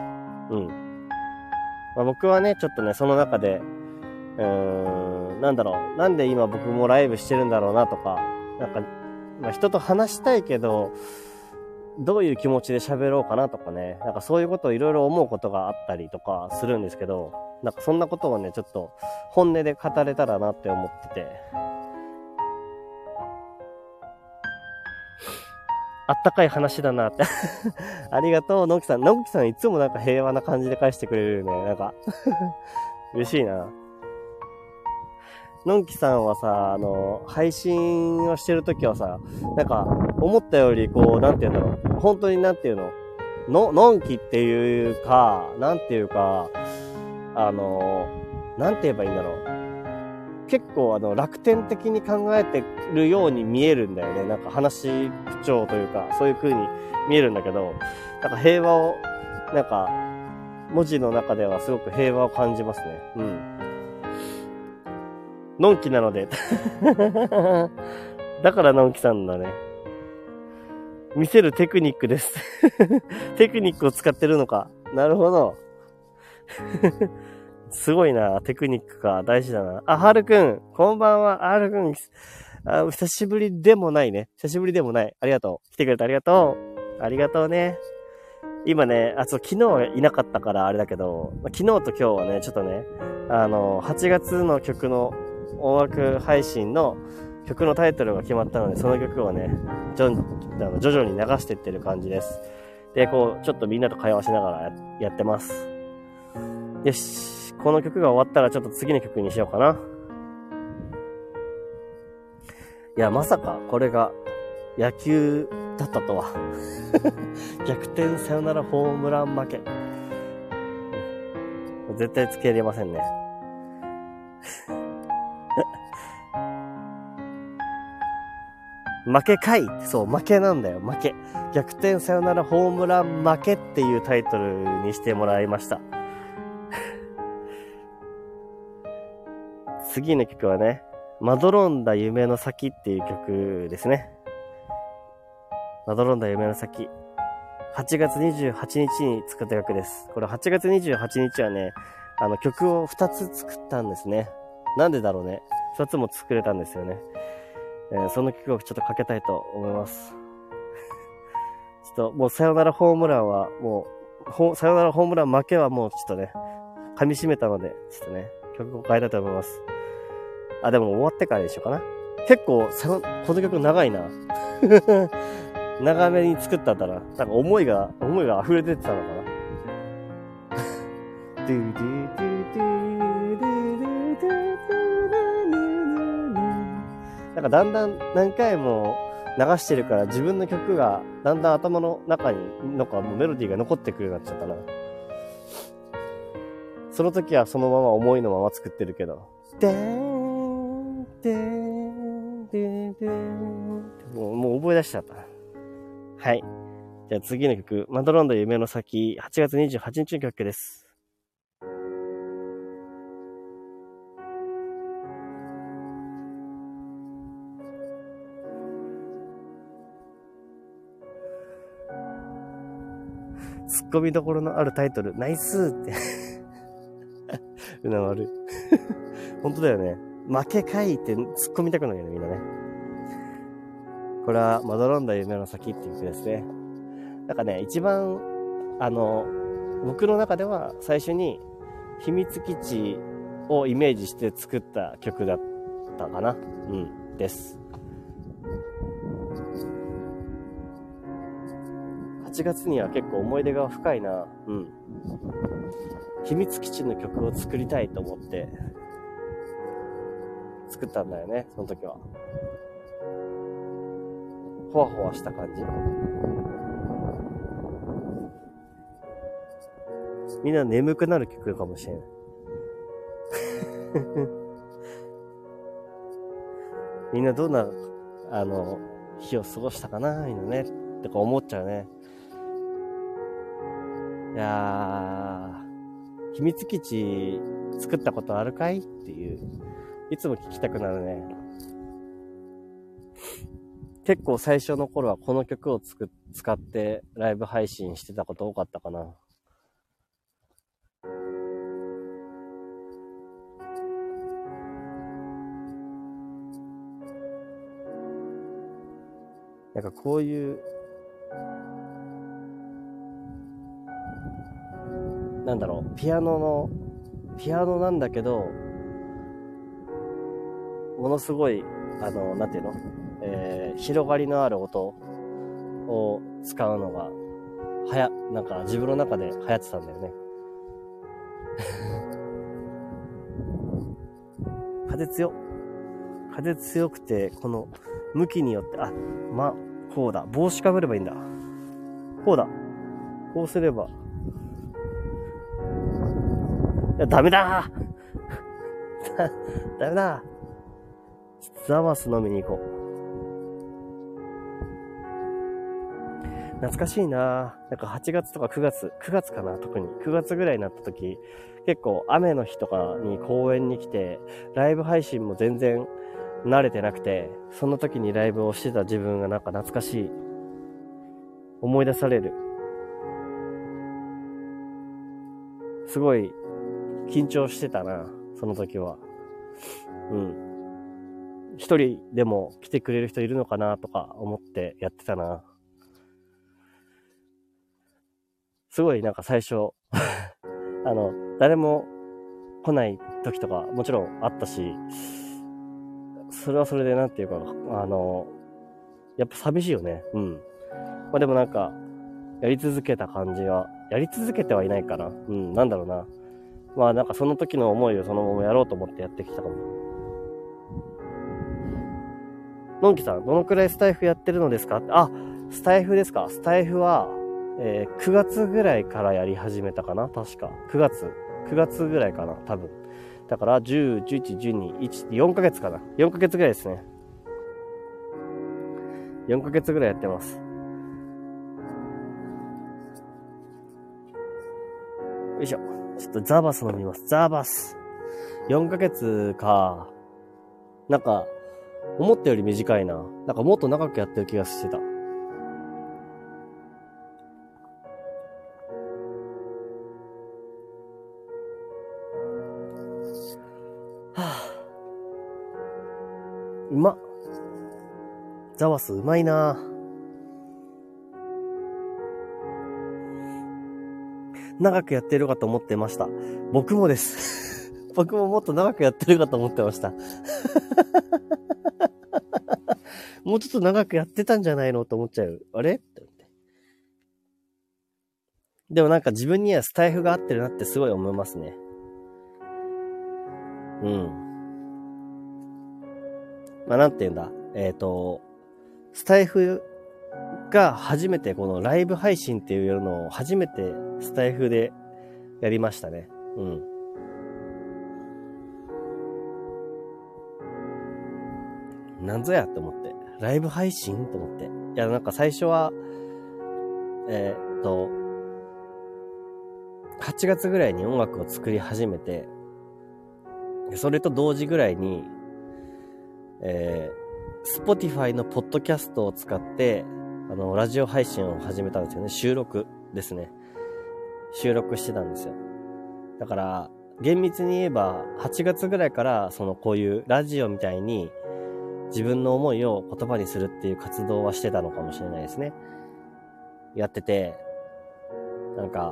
僕はね、ちょっとね、その中で、なんで今僕もライブしてるんだろうなとか、なんか、人と話したいけど、どういう気持ちで喋ろうかなとかね、なんかそういうことをいろいろ思うことがあったりとかするんですけど、なんかそんなことをね、ちょっと本音で語れたらなって思ってて、 あったかい話だなって。ありがとう、のんきさん。のんきさんいつもなんか平和な感じで返してくれるよね。なんか、嬉しいな。のんきさんはさ、配信をしてるときはさ、なんか、思ったより、こう、なんて言うんだろう。本当になんていうののんきっていうか、なんていうか、なんて言えばいいんだろう。結構楽天的に考えてるように見えるんだよね。なんか話口調というか、そういう風に見えるんだけど、なんか平和を、なんか、文字の中ではすごく平和を感じますね。うん。のんきなので。だからのんきさんだね。見せるテクニックです。テクニックを使ってるのか。なるほど。すごいな。テクニックか。大事だな。あ、はるくん。こんばんは。はるくん。久しぶりでもないね。久しぶりでもない。ありがとう。来てくれてありがとう。ありがとうね。今ね、昨日はいなかったからあれだけど、昨日と今日はね、ちょっとね、8月の曲の音楽配信の曲のタイトルが決まったので、その曲をね、徐々に流していってる感じです。で、こう、ちょっとみんなと会話しながらやってます。よし。この曲が終わったらちょっと次の曲にしようかな。いや、まさかこれが野球だったとは。逆転サヨナラホームラン負け。絶対つけれませんね。負けかい。そう、負けなんだよ。負け。逆転サヨナラホームラン負けっていうタイトルにしてもらいました。次の曲はね、まどろんだ夢の先っていう曲ですね。まどろんだ夢の先。8月28日に作った曲です。これ8月28日はね、曲を2つ作ったんですね。なんでだろうね。2つも作れたんですよね。その曲をちょっとかけたいと思います。ちょっともうさよならホームランはもう、さよならホームラン負けはもうちょっとね、噛み締めたので、ちょっとね、曲を変えたいと思います。あ、でも終わってからにしようかな。結構、この曲長いな。長めに作ったんだな。なんか思いが溢れ出てたのかな。なんかだんだん何回も流してるから自分の曲がだんだん頭の中になんかもうメロディーが残ってくるようになっちゃったな。その時はそのまま思いのまま作ってるけど。もう覚え出しちゃった。はい。じゃあ次の曲、まどろんだ夢の先、8月28日の曲です。ツッコミどころのあるタイトル、ナイスーって。うなまる。本当だよね。負けかいって突っ込みたくなるよね、みんなね。これは、まどろんだ夢の先っていう曲ですね。なんかね、一番、僕の中では最初に秘密基地をイメージして作った曲だったかな。うん、です。8月には結構思い出が深いな。うん。秘密基地の曲を作りたいと思って作ったんだよね、その時は。ほわほわした感じ。みんな眠くなる曲かもしれない。みんなどんな、日を過ごしたかな、みんなね。とか思っちゃうね。いやー、秘密基地作ったことあるかいっていう、いつも聞きたくなるね。結構最初の頃はこの曲を使ってライブ配信してたこと多かったかな。なんかこういうなんだろう、ピアノなんだけど、ものすごいなんていうの、広がりのある音を使うのが、なんか自分の中で流行ってたんだよね。風強くて、この向きによって、こうだ。帽子かぶればいいんだ。こうだ。こうすれば。いや、ダメだダメだザマス飲みに行こう。懐かしいなぁ。なんか8月とか9月かな、特に。9月ぐらいになった時、結構雨の日とかに公園に来て、ライブ配信も全然慣れてなくて、その時にライブをしてた自分がなんか懐かしい。思い出される。すごい緊張してたな、その時は。一人でも来てくれる人いるのかなとか思ってやってたな。すごいなんか最初誰も来ない時とかもちろんあったし、それはそれでなんていうか、やっぱ寂しいよね。でもなんか、やり続けた感じは、やり続けてはいないかな。なんだろうな。なんかその時の思いをそのままやろうと思ってやってきたかも。のんきさん、どのくらいスタイフやってるのですか？スタイフですか？スタイフは、9月ぐらいからやり始めたかな？確か。9月ぐらいかな？多分。だから、10、11、12、1、4ヶ月かな？ 4 ヶ月ぐらいですね。4ヶ月ぐらいやってます。よいしょ。ちょっとザバス飲みます。ザバス。4ヶ月か。なんか、思ったより短いな。なんかもっと長くやってる気がしてた。うまっ。ザバスうまいな。長くやってるかと思ってました。僕もです。僕ももっと長くやってるかと思ってました。もうちょっと長くやってたんじゃないのと思っちゃう。あれって思って。でもなんか自分にはスタイフが合ってるなってすごい思いますね。なんて言うんだ。スタイフが初めてこのライブ配信っていうのを初めてスタイフでやりましたね。なんぞやって思って。ライブ配信と思って。いや、なんか最初は、8月ぐらいに音楽を作り始めて、それと同時ぐらいに、Spotify のポッドキャストを使って、ラジオ配信を始めたんですよね。収録ですね。収録してたんですよ。だから、厳密に言えば、8月ぐらいから、こういうラジオみたいに、自分の思いを言葉にするっていう活動はしてたのかもしれないですね。やってて、なんか、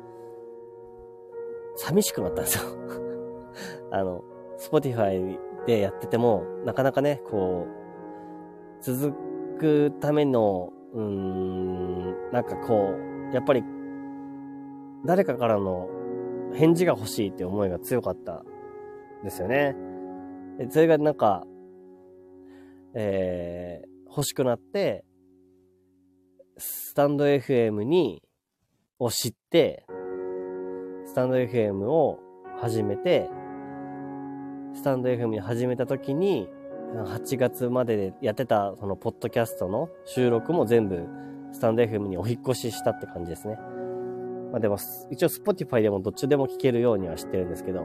寂しくなったんですよ。Spotify でやってても、なかなかね、こう、続くための、なんかこう、やっぱり、誰かからの返事が欲しいっていう思いが強かったんですよね。それがなんか、欲しくなって、スタンド FM を知って、スタンド FM を始めて、スタンド FM に始めた時に、8月まででやってた、その、ポッドキャストの収録も全部、スタンド FM にお引っ越ししたって感じですね。でも、一応 Spotify でもどっちでも聞けるようにはしてるんですけど、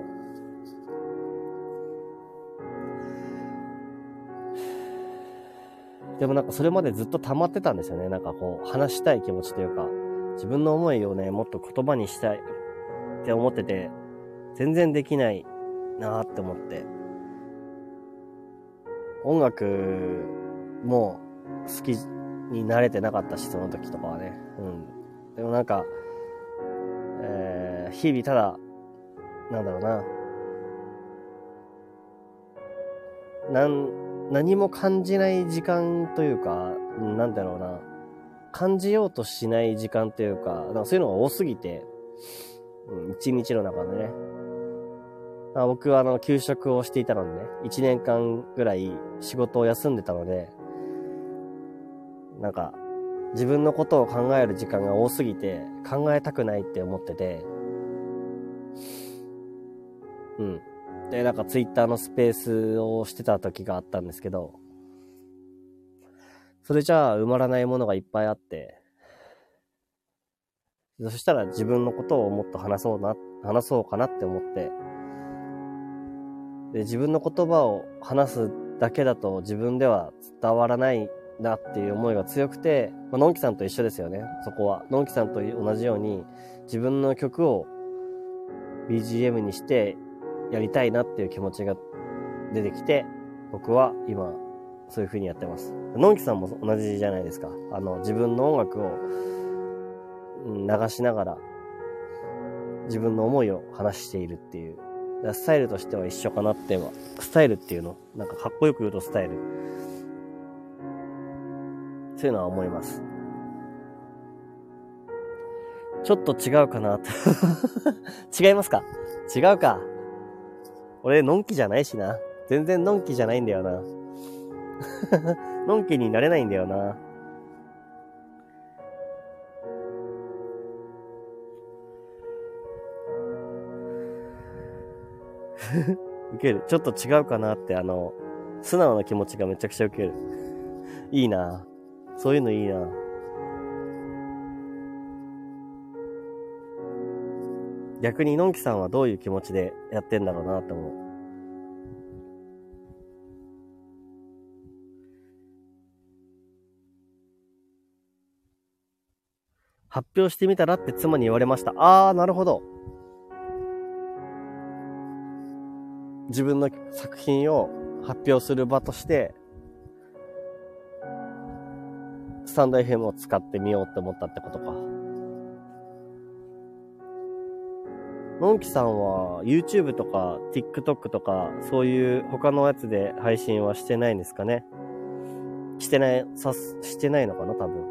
でもなんかそれまでずっと溜まってたんですよね。なんかこう、話したい気持ちというか、自分の思いをね、もっと言葉にしたいって思ってて、全然できないなーって思って。音楽も好きになれてなかったし、その時とかはね。でもなんか、日々ただ、なんだろうな。何も感じない時間というか、なんだろうな。 感じようとしない時間というか、なんかそういうのが多すぎて、一日の中でね。僕は休職をしていたのでね、1年間ぐらい仕事を休んでたので、なんか、自分のことを考える時間が多すぎて、考えたくないって思ってて、で、なんかツイッターのスペースをしてた時があったんですけど、それじゃあ埋まらないものがいっぱいあって、そしたら自分のことをもっと話そうかなって思って、で、自分の言葉を話すだけだと自分では伝わらないなっていう思いが強くて、のんきさんと一緒ですよね、そこは。のんきさんと同じように、自分の曲を BGM にしてやりたいなっていう気持ちが出てきて、僕は今、そういう風にやってます。のんきさんも同じじゃないですか。自分の音楽を流しながら、自分の思いを話しているっていう。スタイルとしては一緒かなっては。スタイルっていうのなんかかっこよく言うとスタイル。そういうのは思います。ちょっと違うかなって違いますか？違うか。俺、のんきじゃないしな。全然のんきじゃないんだよな。のんきになれないんだよな。ウケる。ちょっと違うかなって素直な気持ちがめちゃくちゃウケる。いいな。そういうのいいな。逆にのんきさんはどういう気持ちでやってんだろうなって思う。発表してみたらって妻に言われました。なるほど。自分の作品を発表する場として、スタンド FM を使ってみようって思ったってことか。のんきさんは YouTube とか TikTok とかそういう他のやつで配信はしてないんですかね？してないのかな多分。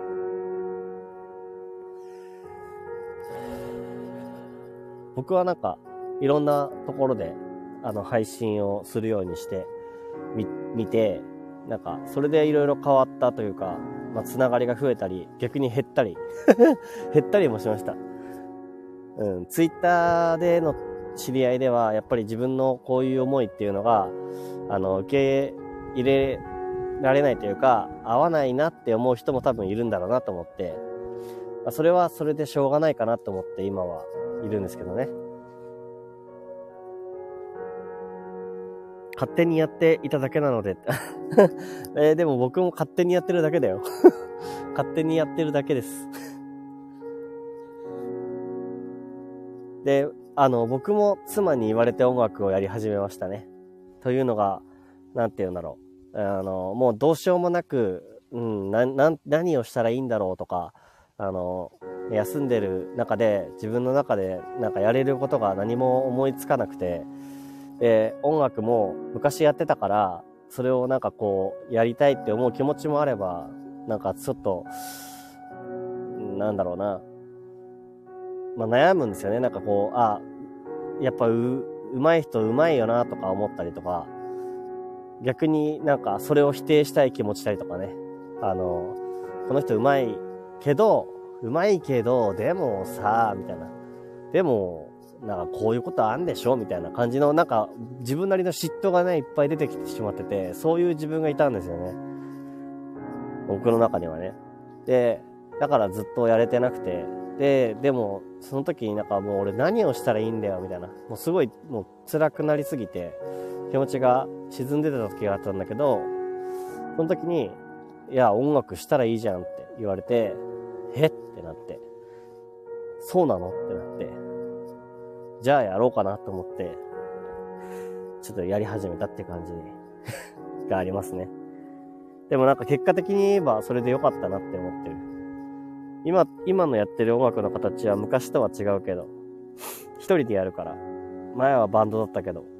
僕はなんかいろんなところで配信をするようにして見て、なんかそれでいろいろ変わったというか、つながりが増えたり逆に減ったり減ったりもしました。ツイッターでの知り合いではやっぱり自分のこういう思いっていうのが受け入れられないというか合わないなって思う人も多分いるんだろうなと思って、それはそれでしょうがないかなと思って今はいるんですけどね。勝手にやっていただけなのででも僕も勝手にやってるだけだよ勝手にやってるだけですで、僕も妻に言われて音楽をやり始めましたね。というのが、なんて言うんだろう。もうどうしようもなく、何をしたらいいんだろうとか、休んでる中で、自分の中でなんかやれることが何も思いつかなくて、で、音楽も昔やってたから、それをなんかこう、やりたいって思う気持ちもあれば、なんかちょっと、なんだろうな。悩むんですよね。なんかこう、やっぱ上手い人上手いよなとか思ったりとか、逆になんかそれを否定したい気持ちたりとかね。この人上手いけど、でもさ、みたいな。でも、なんかこういうことあんでしょみたいな感じの、なんか自分なりの嫉妬がね、いっぱい出てきてしまってて、そういう自分がいたんですよね。僕の中にはね。で、だからずっとやれてなくて、でも、その時になんかもう俺何をしたらいいんだよ、みたいな。もうすごい、もう辛くなりすぎて、気持ちが沈んでた時があったんだけど、その時に、いや、音楽したらいいじゃんって言われて、ってなって、そうなのってなって、じゃあやろうかなと思って、ちょっとやり始めたって感じがありますね。でもなんか結果的に言えばそれで良かったなって思ってる。今のやってる音楽の形は昔とは違うけど、一人でやるから。前はバンドだったけど。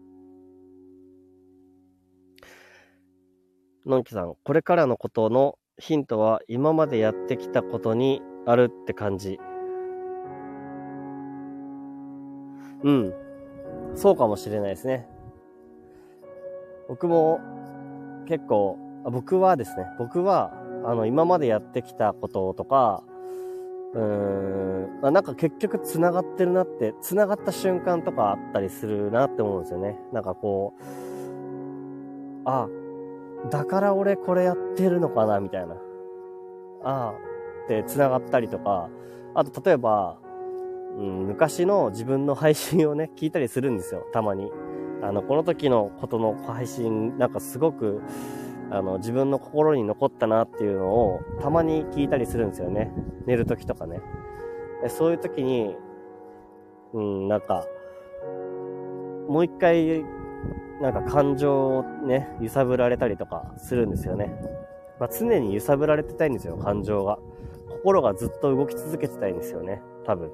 のんきさん、これからのことの、 ヒントは今までやってきたことにあるって感じ。うん。そうかもしれないですね。僕も結構、僕は今までやってきたこととか、なんか結局繋がってるなって、繋がった瞬間とかあったりするなって思うんですよね。なんかこう、だから俺これやってるのかなみたいな。って繋がったりとか、あと例えば、昔の自分の配信をね、聞いたりするんですよ、たまに。この時のことの配信、なんかすごく、自分の心に残ったなっていうのを、たまに聞いたりするんですよね。寝る時とかね。そういう時に、なんか、もう一回、なんか感情をね、揺さぶられたりとかするんですよね。常に揺さぶられてたいんですよ、感情が。心がずっと動き続けてたいんですよね、多分。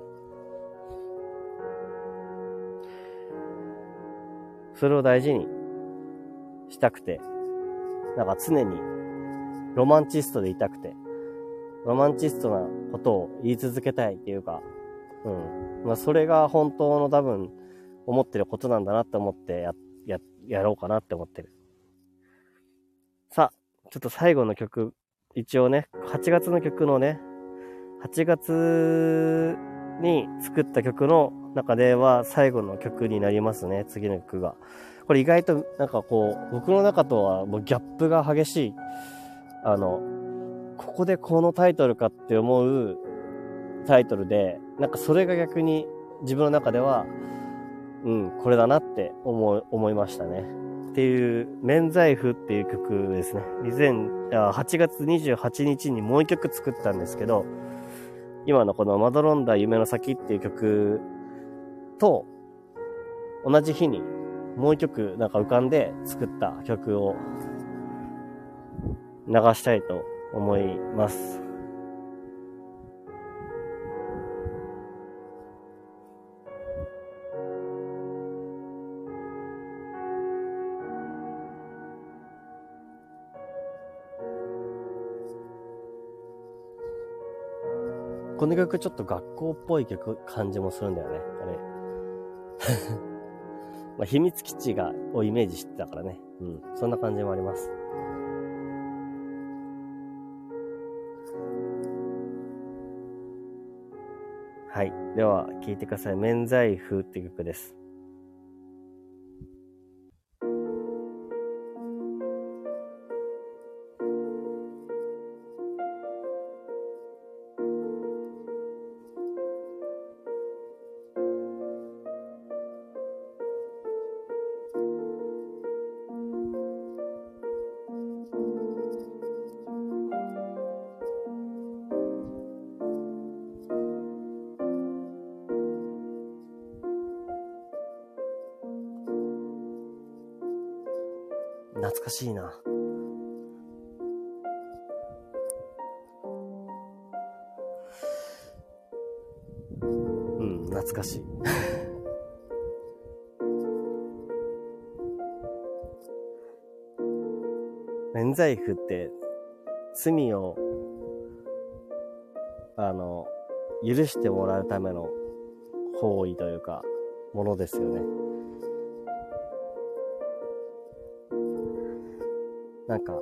それを大事にしたくて、なんか常にロマンチストでいたくて、ロマンチストなことを言い続けたいっていうか、それが本当の多分思ってることなんだなって思ってやろうかなって思ってる。さあ、ちょっと最後の曲、一応ね、8月の曲のね、8月に作った曲の中では最後の曲になりますね、次の曲が。これ意外となんかこう、僕の中とはもうギャップが激しい。ここでこのタイトルかって思うタイトルで、なんかそれが逆に自分の中では、これだなって思いましたね。っていう、免罪符っていう曲ですね。8月28日にもう一曲作ったんですけど、今のこのまどろんだ夢の先っていう曲と同じ日にもう一曲なんか浮かんで作った曲を流したいと思います。この曲ちょっと学校っぽい感じもするんだよね、あれ。秘密基地をイメージしてたからね。そんな感じもあります。はい。では、聴いてください。免罪符っていう曲です。懐かしいな。懐かしい。免罪符って罪を許してもらうための行為というかものですよね。なんか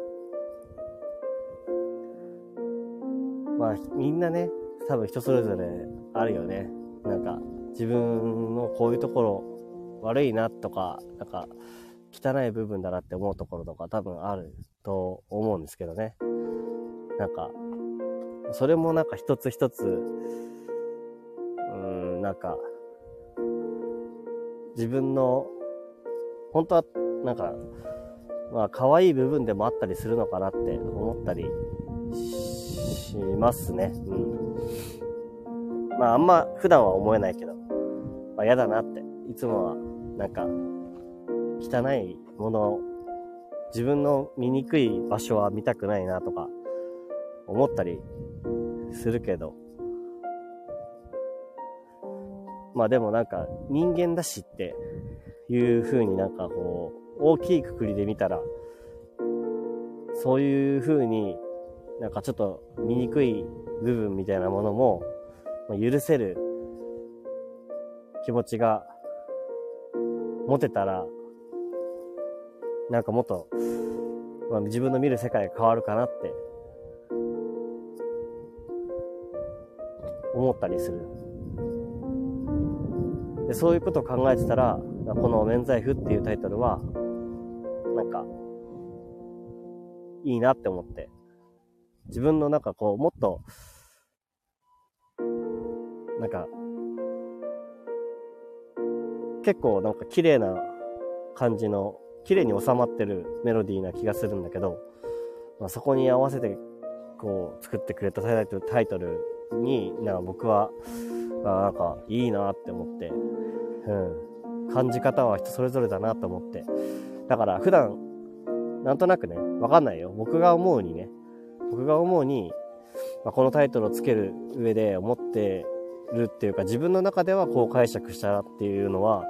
みんなね、多分人それぞれあるよね。なんか自分のこういうところ悪いなとか、なんか汚い部分だなって思うところとか多分あると思うんですけどね。なんかそれもなんか一つ一つなんか自分の本当はなんか可愛い部分でもあったりするのかなって思ったりしますね。あんま普段は思えないけど、嫌だなって、いつもはなんか汚いもの、自分の醜い場所は見たくないなとか思ったりするけど、でもなんか人間だしっていう風になんかこう大きい括りで見たらそういう風になんかちょっと醜い部分みたいなものも許せる気持ちが持てたら、なんかもっと、自分の見る世界が変わるかなって思ったりする。で、そういうことを考えてたら、この免罪符っていうタイトルはなんかいいなって思って、自分のなんかこうもっとなんか結構なんか綺麗な感じの綺麗に収まってるメロディーな気がするんだけど、そこに合わせてこう作ってくれたタイトルに僕はなんかいいなって思って、感じ方は人それぞれだなと思って、だから普段なんとなくね、わかんないよ、僕が思うに、このタイトルをつける上で思ってるっていうか、自分の中ではこう解釈したっていうのは、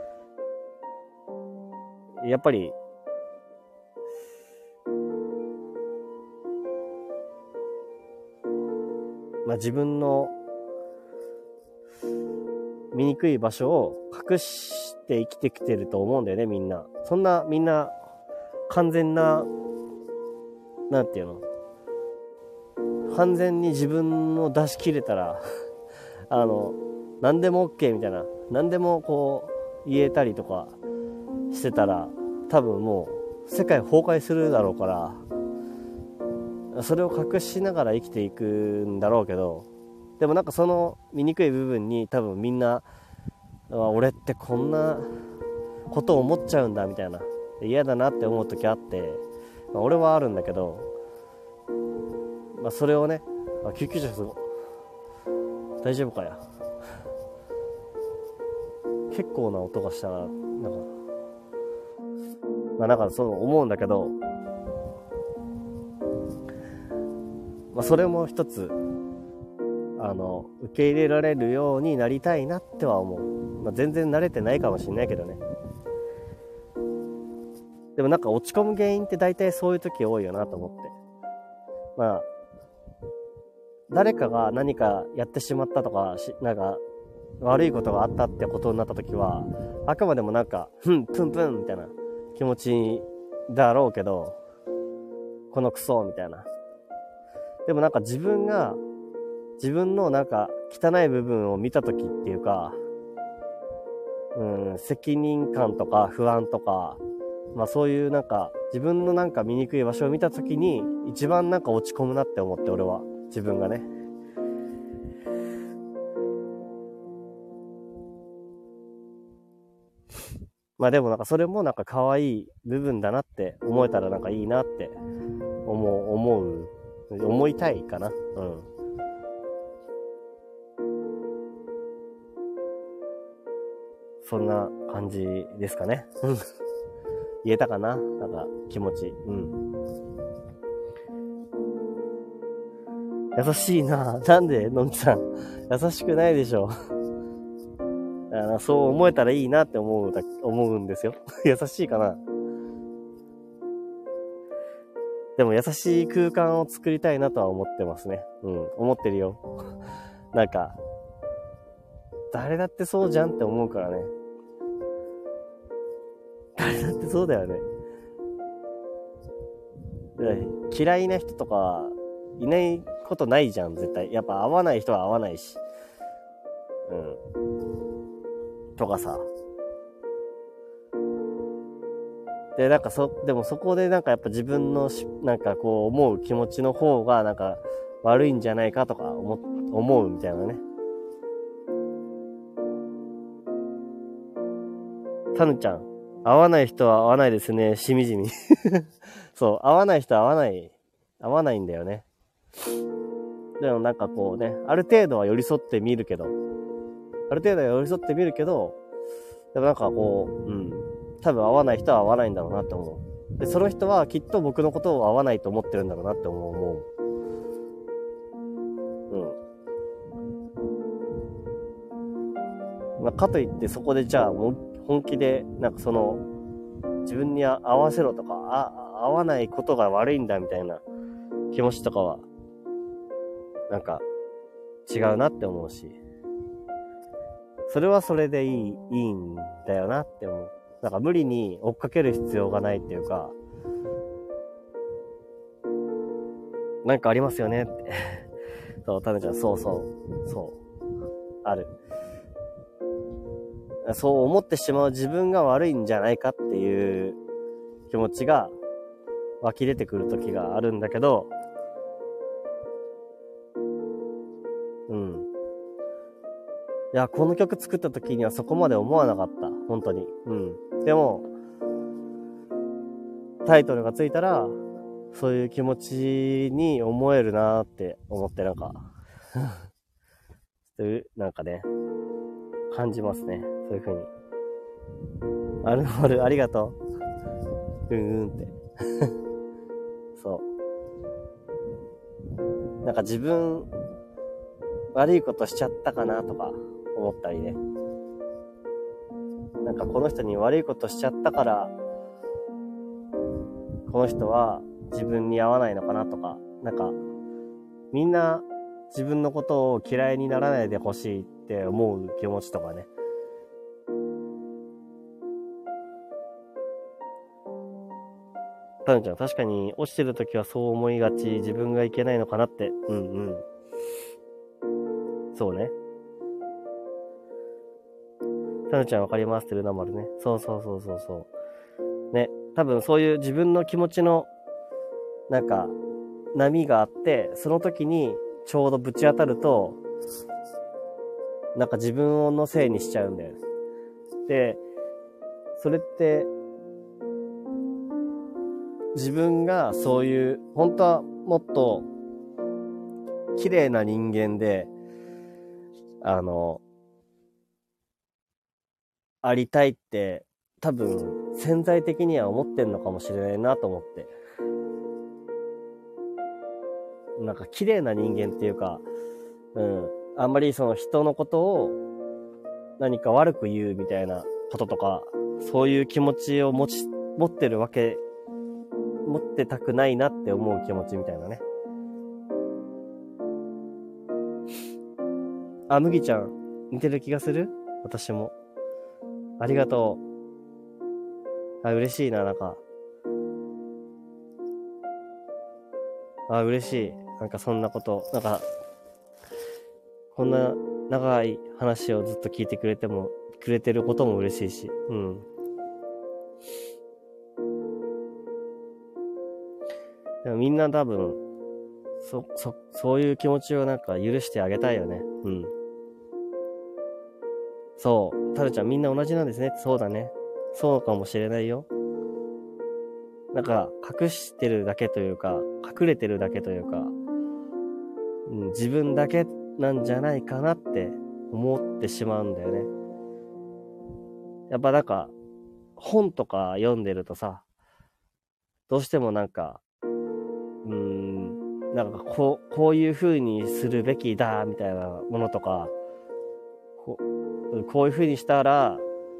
やっぱり自分の醜い場所を隠して生きてきてると思うんだよね、みんな。そんなみんな完全な、なんていうの、完全に自分を出し切れたら何でも OK みたいな、何でもこう言えたりとかしてたら、多分もう世界崩壊するだろうから、それを隠しながら生きていくんだろうけど、でもなんかその醜い部分に多分みんな、俺ってこんなことを思っちゃうんだみたいな、嫌だなって思う時あって、俺はあるんだけど、それをね、救急車すごい大丈夫かや、結構な音がしたらなんかそう思うんだけど、それも一つ受け入れられるようになりたいなっては思う。全然慣れてないかもしれないけどね。でもなんか落ち込む原因って大体そういう時多いよなと思って、誰かが何かやってしまったとかなんか悪いことがあったってことになった時は、あくまでもなんかプンプンみたいな気持ちだろうけど、このクソみたいな。でもなんか自分のなんか汚い部分を見た時っていうか、責任感とか不安とか、そういうなんか自分のなんか醜い場所を見た時に一番なんか落ち込むなって思って、俺は自分がね。でもなんかそれもなんか可愛い部分だなって思えたらなんかいいなって思いたいかな。そんな感じですかね。言えたかな、なんか気持ち。優しいな。なんでのんちさん優しくないでしょ。そう思えたらいいなって思うんですよ。優しいかな。でも優しい空間を作りたいなとは思ってますね。思ってるよ。なんか誰だってそうじゃんって思うからね。誰だってそうだよね。嫌いな人とかいないことないじゃん、絶対。やっぱ合わない人は合わないし。とかさ。で、なんかでもそこでなんかやっぱ自分のなんかこう思う気持ちの方がなんか悪いんじゃないかとか思うみたいなね。タヌちゃん、合わない人は合わないですね、しみじみ。そう、合わない人は合わないんだよね。でもなんかこうね、ある程度は寄り添ってみるけど、でもなんかこう、多分合わない人は合わないんだろうなって思う。で、その人はきっと僕のことを合わないと思ってるんだろうなって思う。かといってそこでじゃあ本気でなんかその自分に合わせろとか、合わないことが悪いんだみたいな気持ちとかは、なんか違うなって思うし、それはそれでいいんだよなって思う。なんか無理に追っかける必要がないっていうか、なんかありますよねって。そう、タネちゃん、そう、ある。そう思ってしまう自分が悪いんじゃないかっていう気持ちが湧き出てくる時があるんだけど、いや、この曲作った時にはそこまで思わなかった。本当に。でも、タイトルがついたら、そういう気持ちに思えるなーって思って、なんか、なんかね、感じますね。そういう風に。アルノール、ありがとう。って。そう。なんか自分、悪いことしちゃったかなとか思ったりね。なんかこの人に悪いことしちゃったから、この人は自分に合わないのかなとか、なんか、みんな自分のことを嫌いにならないでほしいって思う気持ちとかね。タヌちゃん、確かに落ちてる時はそう思いがち、自分がいけないのかなって。そうね。タヌちゃんわかりますってルナ丸ね。そう。ね、多分そういう自分の気持ちの、なんか、波があって、その時にちょうどぶち当たると、なんか自分のせいにしちゃうんだよね。で、それって、自分がそういう、本当はもっと、綺麗な人間で、ありたいって、多分、潜在的には思ってんのかもしれないなと思って。なんか綺麗な人間っていうか、あんまりその人のことを何か悪く言うみたいなこととか、そういう気持ちを持ってたくないなって思う気持ちみたいなね。あ、麦ちゃん、似てる気がする？私も。ありがとう。あ、嬉しいな、なんか。あ、嬉しい。なんかそんなこと、なんか、こんな長い話をずっと聞いてくれてることも嬉しいし。でもみんな多分、そういう気持ちをなんか許してあげたいよね。そう。タルちゃんみんな同じなんですね。そうだね。そうかもしれないよ。なんか、隠してるだけというか、隠れてるだけというか、自分だけなんじゃないかなって思ってしまうんだよね。やっぱなんか、本とか読んでるとさ、どうしてもなんか、なんかこういう風にするべきだ、みたいなものとか、こういう風にしたら、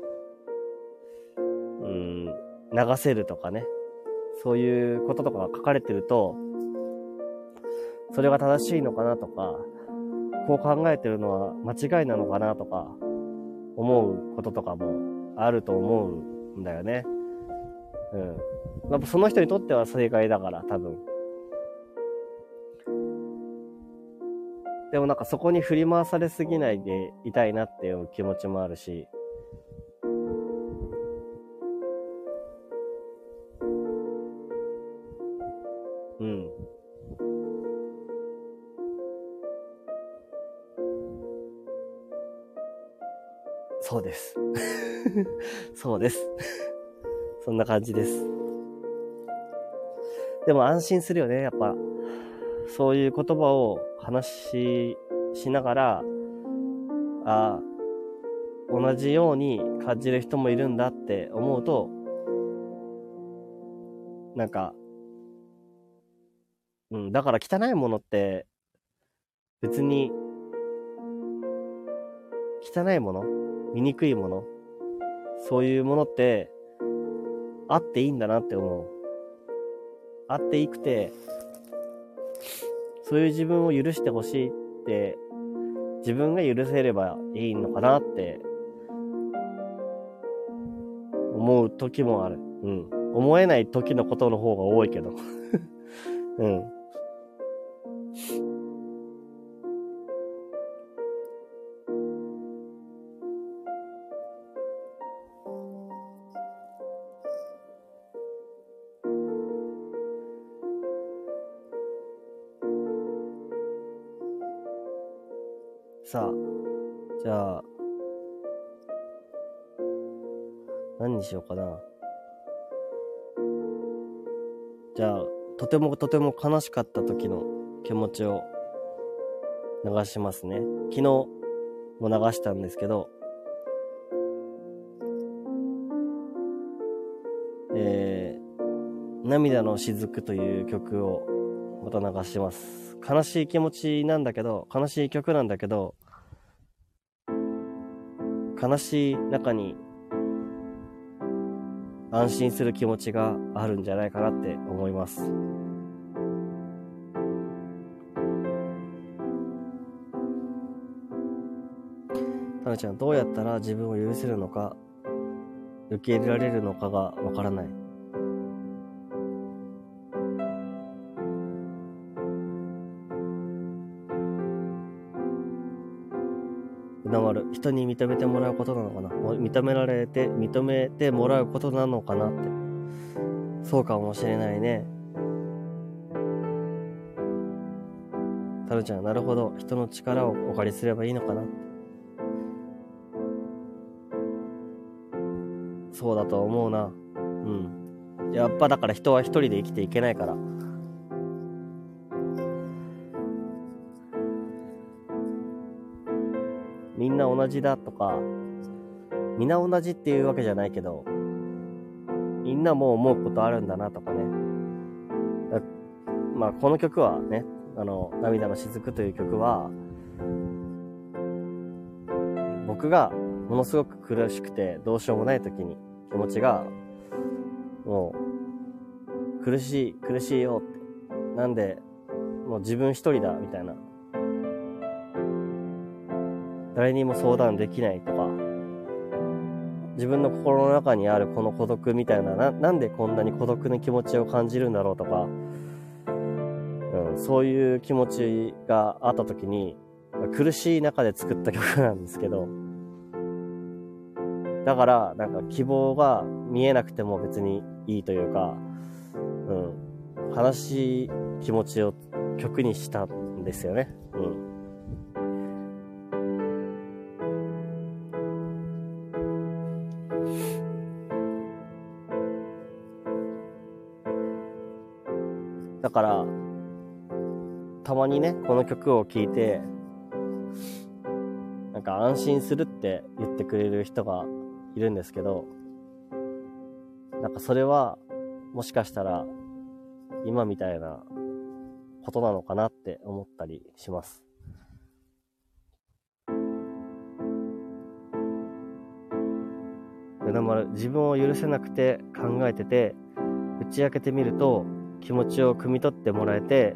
流せるとかね。そういうこととかが書かれてると、それが正しいのかなとか、こう考えてるのは間違いなのかなとか、思うこととかもあると思うんだよね。やっぱその人にとっては正解だから、多分。でもなんかそこに振り回されすぎないでいたいなっていう気持ちもあるし、そうです。そうです。そんな感じです。でも安心するよね、やっぱ。そういう言葉をしながら、同じように感じる人もいるんだって思うと、なんか、だから汚いものって別に汚いもの、醜いもの、そういうものってあっていいんだなって思う。あっていいくて、 そういう自分を許してほしいって自分が許せればいいのかなって思う時もある。思えない時のことの方が多いけど。さあ、じゃあ、何にしようかな。じゃあ、とても悲しかった時の気持ちを流しますね。昨日も流したんですけど、涙の雫という曲をまた流します。悲しい気持ちなんだけど、悲しい曲なんだけど、悲しい中に安心する気持ちがあるんじゃないかなって思います。タナちゃん、どうやったら自分を許せるのか、受け入れられるのかがわからない。うなまる、人に認めてもらうことなのかな、認めてもらうことなのかなって。そうかもしれないね。タナちゃん、なるほど、人の力をお借りすればいいのかなって。そうだと思うな。やっぱだから人は一人で生きていけないから。みんな同じだとか、みんな同じっていうわけじゃないけど、みんなも思うことあるんだなとかね。まあこの曲はね、涙の雫という曲は、僕がものすごく苦しくてどうしようもない時に気持ちがもう苦しいよって、なんでもう自分一人だみたいな、誰にも相談できないとか、自分の心の中にあるこの孤独みたいな、なんでこんなに孤独な気持ちを感じるんだろうとか、そういう気持ちがあった時に、苦しい中で作った曲なんですけど、だからなんか希望が見えなくても別にいいというか、悲しい気持ちを曲にしたんですよね。だからたまにね、この曲を聴いてなんか安心するって言ってくれる人がいるんですけど、なんかそれはもしかしたら今みたいなことなのかなって思ったりします。自分を許せなくて考えてて、打ち明けてみると気持ちを汲み取ってもらえて、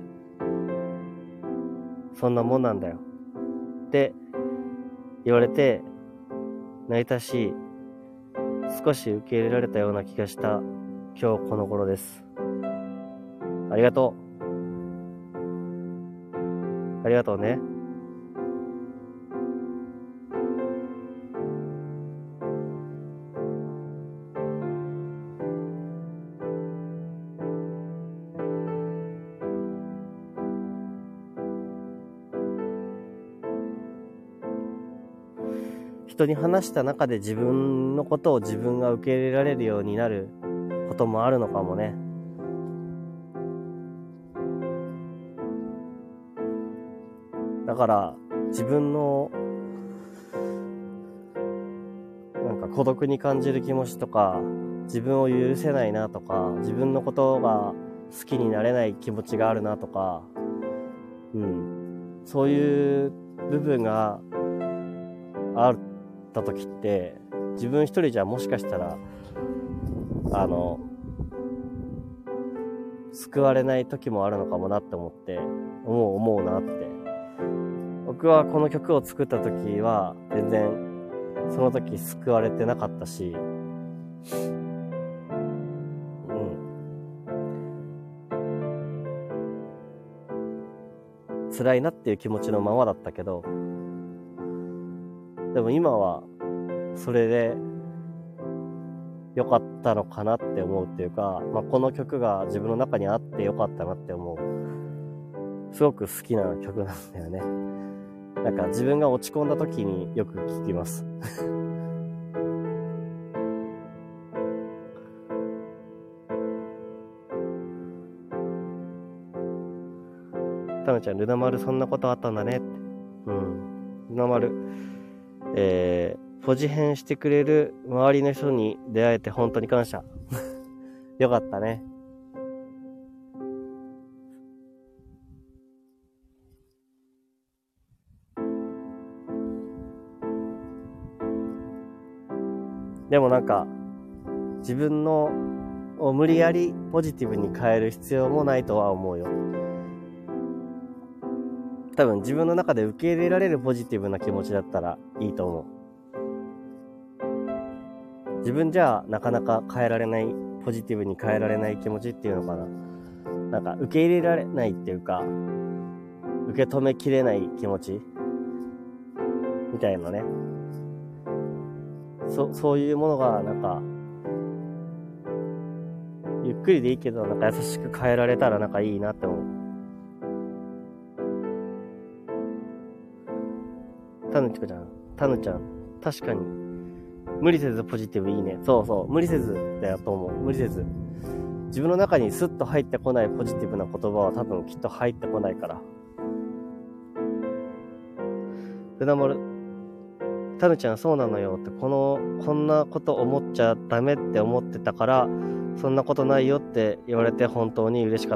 そんなもんなんだよって言われて泣いたし、少し受け入れられたような気がした今日この頃です。ありがとうね。人に話した中で自分のことを自分が受け入れられるようになることもあるのかもね。だから自分のなんか孤独に感じる気持ちとか、自分を許せないなとか、自分のことが好きになれない気持ちがあるなとか、そういう部分があった時って、自分一人じゃもしかしたら救われない時もあるのかもなって思うなって。僕はこの曲を作った時は全然その時救われてなかったし、辛いなっていう気持ちのままだったけど、でも今はそれで良かったのかなって思うっていうか、この曲が自分の中にあって良かったなって思う。すごく好きな曲なんだよね。なんか自分が落ち込んだ時によく聴きます。タヌちゃん、ルナ丸そんなことあったんだねって。ルナ丸、ポジ変してくれる周りの人に出会えて本当に感謝。よかったね。でもなんか自分のを無理やりポジティブに変える必要もないとは思うよ。多分自分の中で受け入れられるポジティブな気持ちだったらいいと思う。自分じゃなかなか変えられない、ポジティブに変えられない気持ちっていうのかな。なんか受け入れられないっていうか、受け止めきれない気持ちみたいなね。そういうものがなんかゆっくりでいいけどなんか優しく変えられたらなんかいいなって思う。タヌちゃん、確かに無理せずポジティブいいね。そう無理せずだよと思う。無理せず自分の中にスッと入ってこないポジティブな言葉は多分きっと入ってこないから。ルナモル、タヌちゃんそうなのよって、こんなこと思っちゃダメって思ってたからそんなことないよって言われて本当に嬉しかった。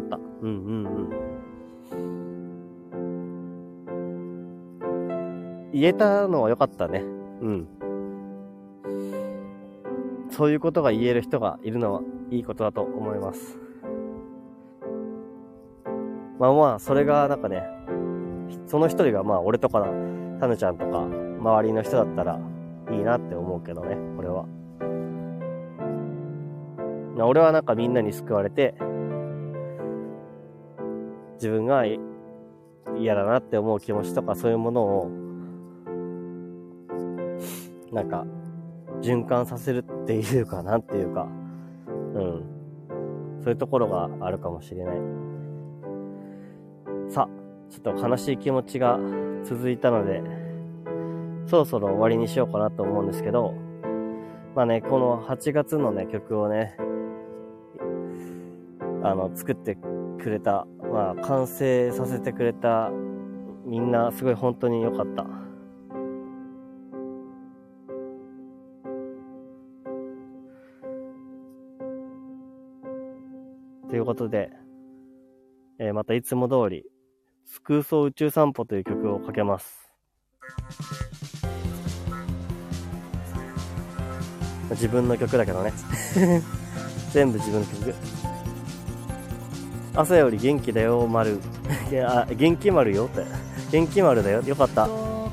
言えたのは良かったね。そういうことが言える人がいるのはいいことだと思います。それがなんかね、その一人が俺とかタヌちゃんとか周りの人だったらいいなって思うけどね、これは。俺はなんかみんなに救われて、自分が嫌だなって思う気持ちとかそういうものをなんか循環させるっていうかなんていうか、そういうところがあるかもしれない。さあ、ちょっと悲しい気持ちが続いたのでそろそろ終わりにしようかなと思うんですけど、この8月のね曲をね作ってくれた、完成させてくれたみんなすごい本当に良かった。ということで、またいつも通り空想宇宙散歩という曲をかけます。自分の曲だけどね全部自分の曲。朝より元気だよ丸いや元気丸よって元気丸だよ、よかった。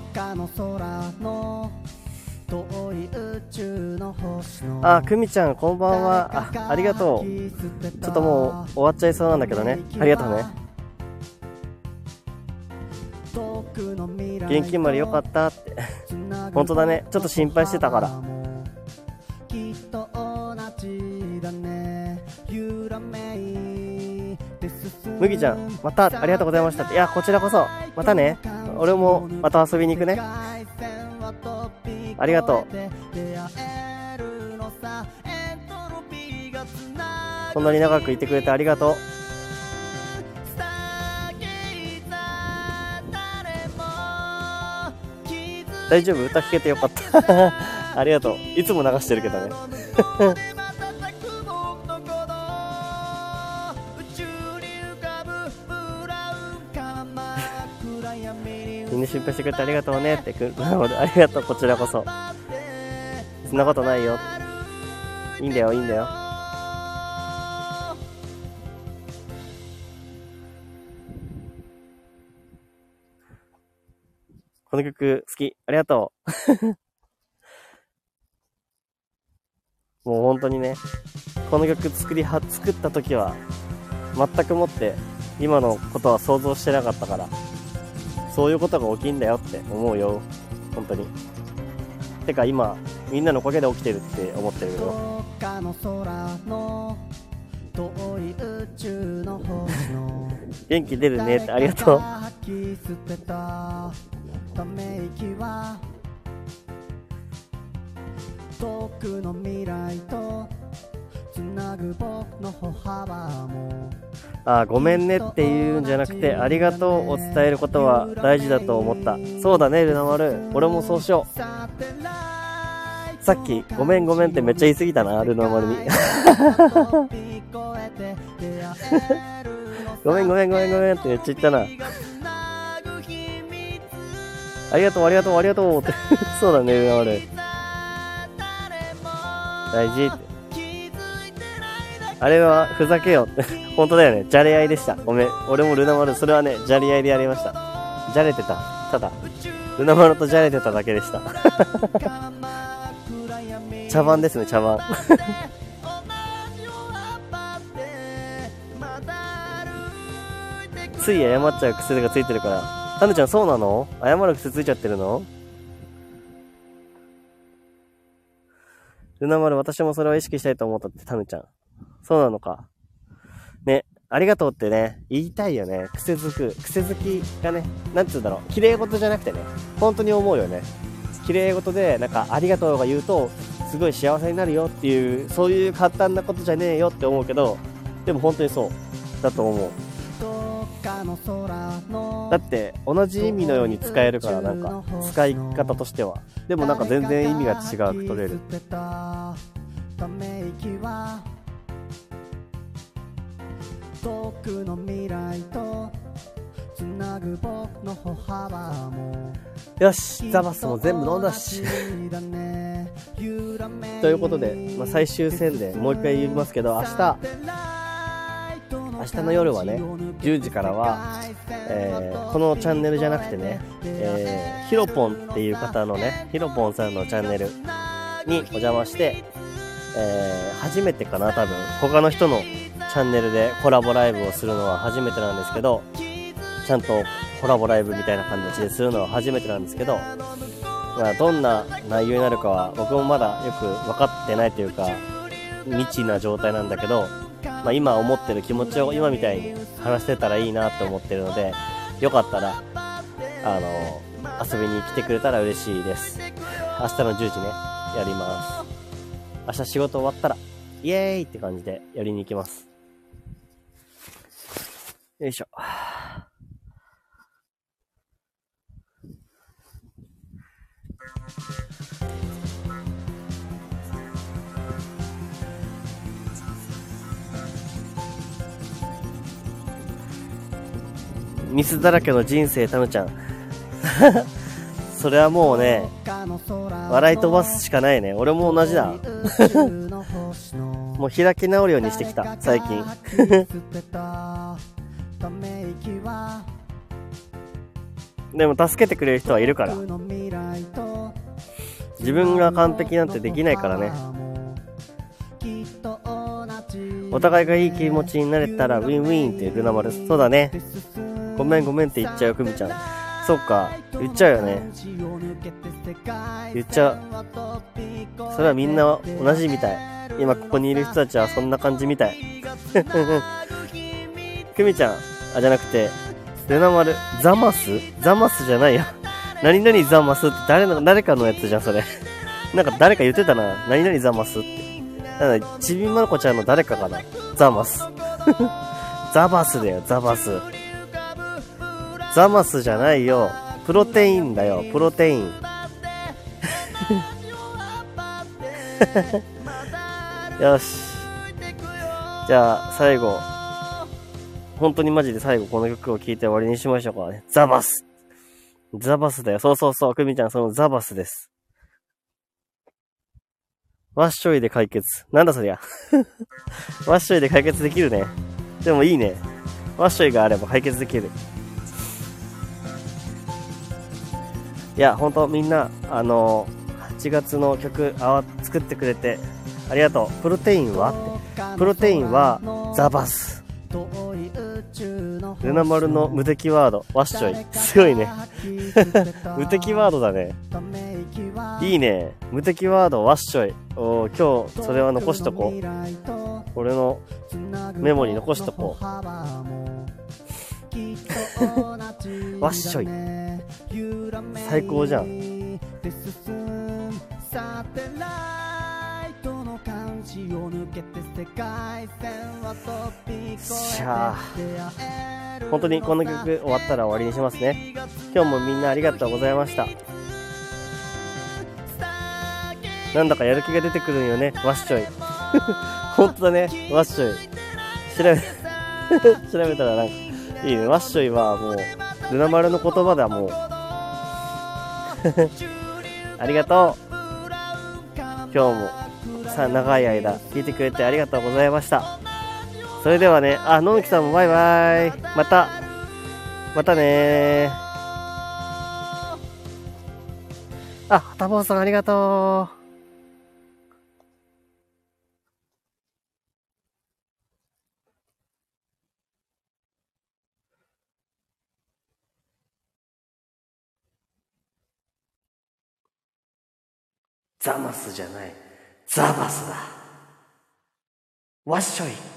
くみちゃんこんばんは。ありがとう。ちょっともう終わっちゃいそうなんだけどね、ありがとうね。元気丸よかったって本当だね、ちょっと心配してたから。麦ちゃんまたありがとうございましたって。いやこちらこそまたね、俺もまた遊びに行くね。ありがとう。こんなに長くいてくれてありがとう。大丈夫？歌聴けてよかったありがとう。いつも流してるけどねみんな心配してくれてありがとうねってありがとう、こちらこそ。そんなことないよ、いいんだよいいんだよ。 この曲好き。ありがとう。もう本当にね、この曲作った時は、全くもって今のことは想像してなかったから、そういうことが起きんだよって思うよ。本当に。てか今、みんなのおかげで起きてるって思ってるよ。元気出るねってありがとう。遠くの未来とつなぐ僕の歩幅も。ごめんねって言うんじゃなくて、ありがとうを伝えることは大事だと思った。そうだね、ルナ丸。俺もそうしよう。さっき、ごめんごめんってめっちゃ言い過ぎたな、ルナ丸に。ごめんごめんごめんごめんってめっちゃ言ったな。ありがとうありがとうありがとうって。そうだね、ルナ丸。大事って。あれはふざけよって。本当だよね。じゃれ合いでした。ごめん。俺もルナ丸、それはね、じゃれ合いでやりました。じゃれてた。ただ、ルナ丸とじゃれてただけでした。茶番ですね、茶番。つい謝っちゃう癖がついてるから。タヌちゃんそうなの？謝る癖ついちゃってるの？ルナ丸、私もそれを意識したいと思ったってタヌちゃん。そうなのか。ね、ありがとうってね、言いたいよね。癖づきがね、なんつうんだろう、綺麗事じゃなくてね、本当に思うよね。綺麗事で、なんか、ありがとうが言うと、すごい幸せになるよっていう、そういう簡単なことじゃねえよって思うけど、でも本当にそう、だと思う。だって、同じ意味のように使えるから、なんか、使い方としては。でもなんか全然意味が違く取れる。遠くの未来とつなぐ僕の歩幅も。よし、ザバスも全部飲んだし。ということで、最終戦でもう一回言いますけど、明日の夜はね、10時からは、このチャンネルじゃなくてね、ヒロポンっていう方のね、ヒロポンさんのチャンネルにお邪魔して、初めてかな、多分他の人のチャンネルでコラボライブをするのは初めてなんですけど、ちゃんとコラボライブみたいな感じでするのは初めてなんですけど、どんな内容になるかは僕もまだよく分かってないというか未知な状態なんだけど、今思ってる気持ちを今みたいに話してたらいいなと思ってるので、よかったら遊びに来てくれたら嬉しいです。明日の10時ね、やります。明日仕事終わったらイエーイって感じでやりに行きます。よいしょ。ミスだらけの人生、タヌちゃん。それはもうね、笑い飛ばすしかないね。俺も同じだ。もう開き直るようにしてきた、最近。でも助けてくれる人はいるから。自分が完璧なんてできないからね。お互いがいい気持ちになれたらウィンウィンってルナ丸。そうだね。ごめんごめんって言っちゃう、クミちゃん。そっか、言っちゃうよね。言っちゃう。それはみんな同じみたい。今ここにいる人たちはそんな感じみたい。クミちゃん、じゃなくて、ルナ丸、ザマスじゃないよ。何々ザマスって誰かのやつじゃん、それ。なんか誰か言ってたな。何々ザマスって。なんだ、ちびまる子ちゃんの誰かかな。ザマス。ザバスだよ、ザバス。ザマスじゃないよ。プロテインだよ、プロテイン。よし。じゃあ、最後。本当にマジで最後この曲を聴いて終わりにしましょうかね。ザバス。ザバスだよ。そうそうそう。クミちゃん、そのザバスです。ワッショイで解決。なんだそりゃ。ワッショイで解決できるね。でもいいね。ワッショイがあれば解決できる。 いや、ほんとみんな、8月の曲作ってくれてありがとう。プロテインはザバス。ルナ丸の無敵ワード、ワッショイ。すごいね。無敵ワードだね。いいね。無敵ワード、ワッショイ。今日、それは残しとこう。俺のメモに残しとこう。ワッショイ。最高じゃん。しゃあ、本当にこの曲終わったら終わりにしますね。今日もみんなありがとうございました。なんだかやる気が出てくるんよね、ワッショイ。本当だね、ワッショイ。調べたらなんかいいね。ワッショイはもうルナ丸の言葉だ。もうありがとう。今日も長い間聞いてくれてありがとうございました。それではね、のんきさんもバイバイ。またねー。はたぼうさんありがとう。ザマスじゃない、ザバスだ。わっしょい。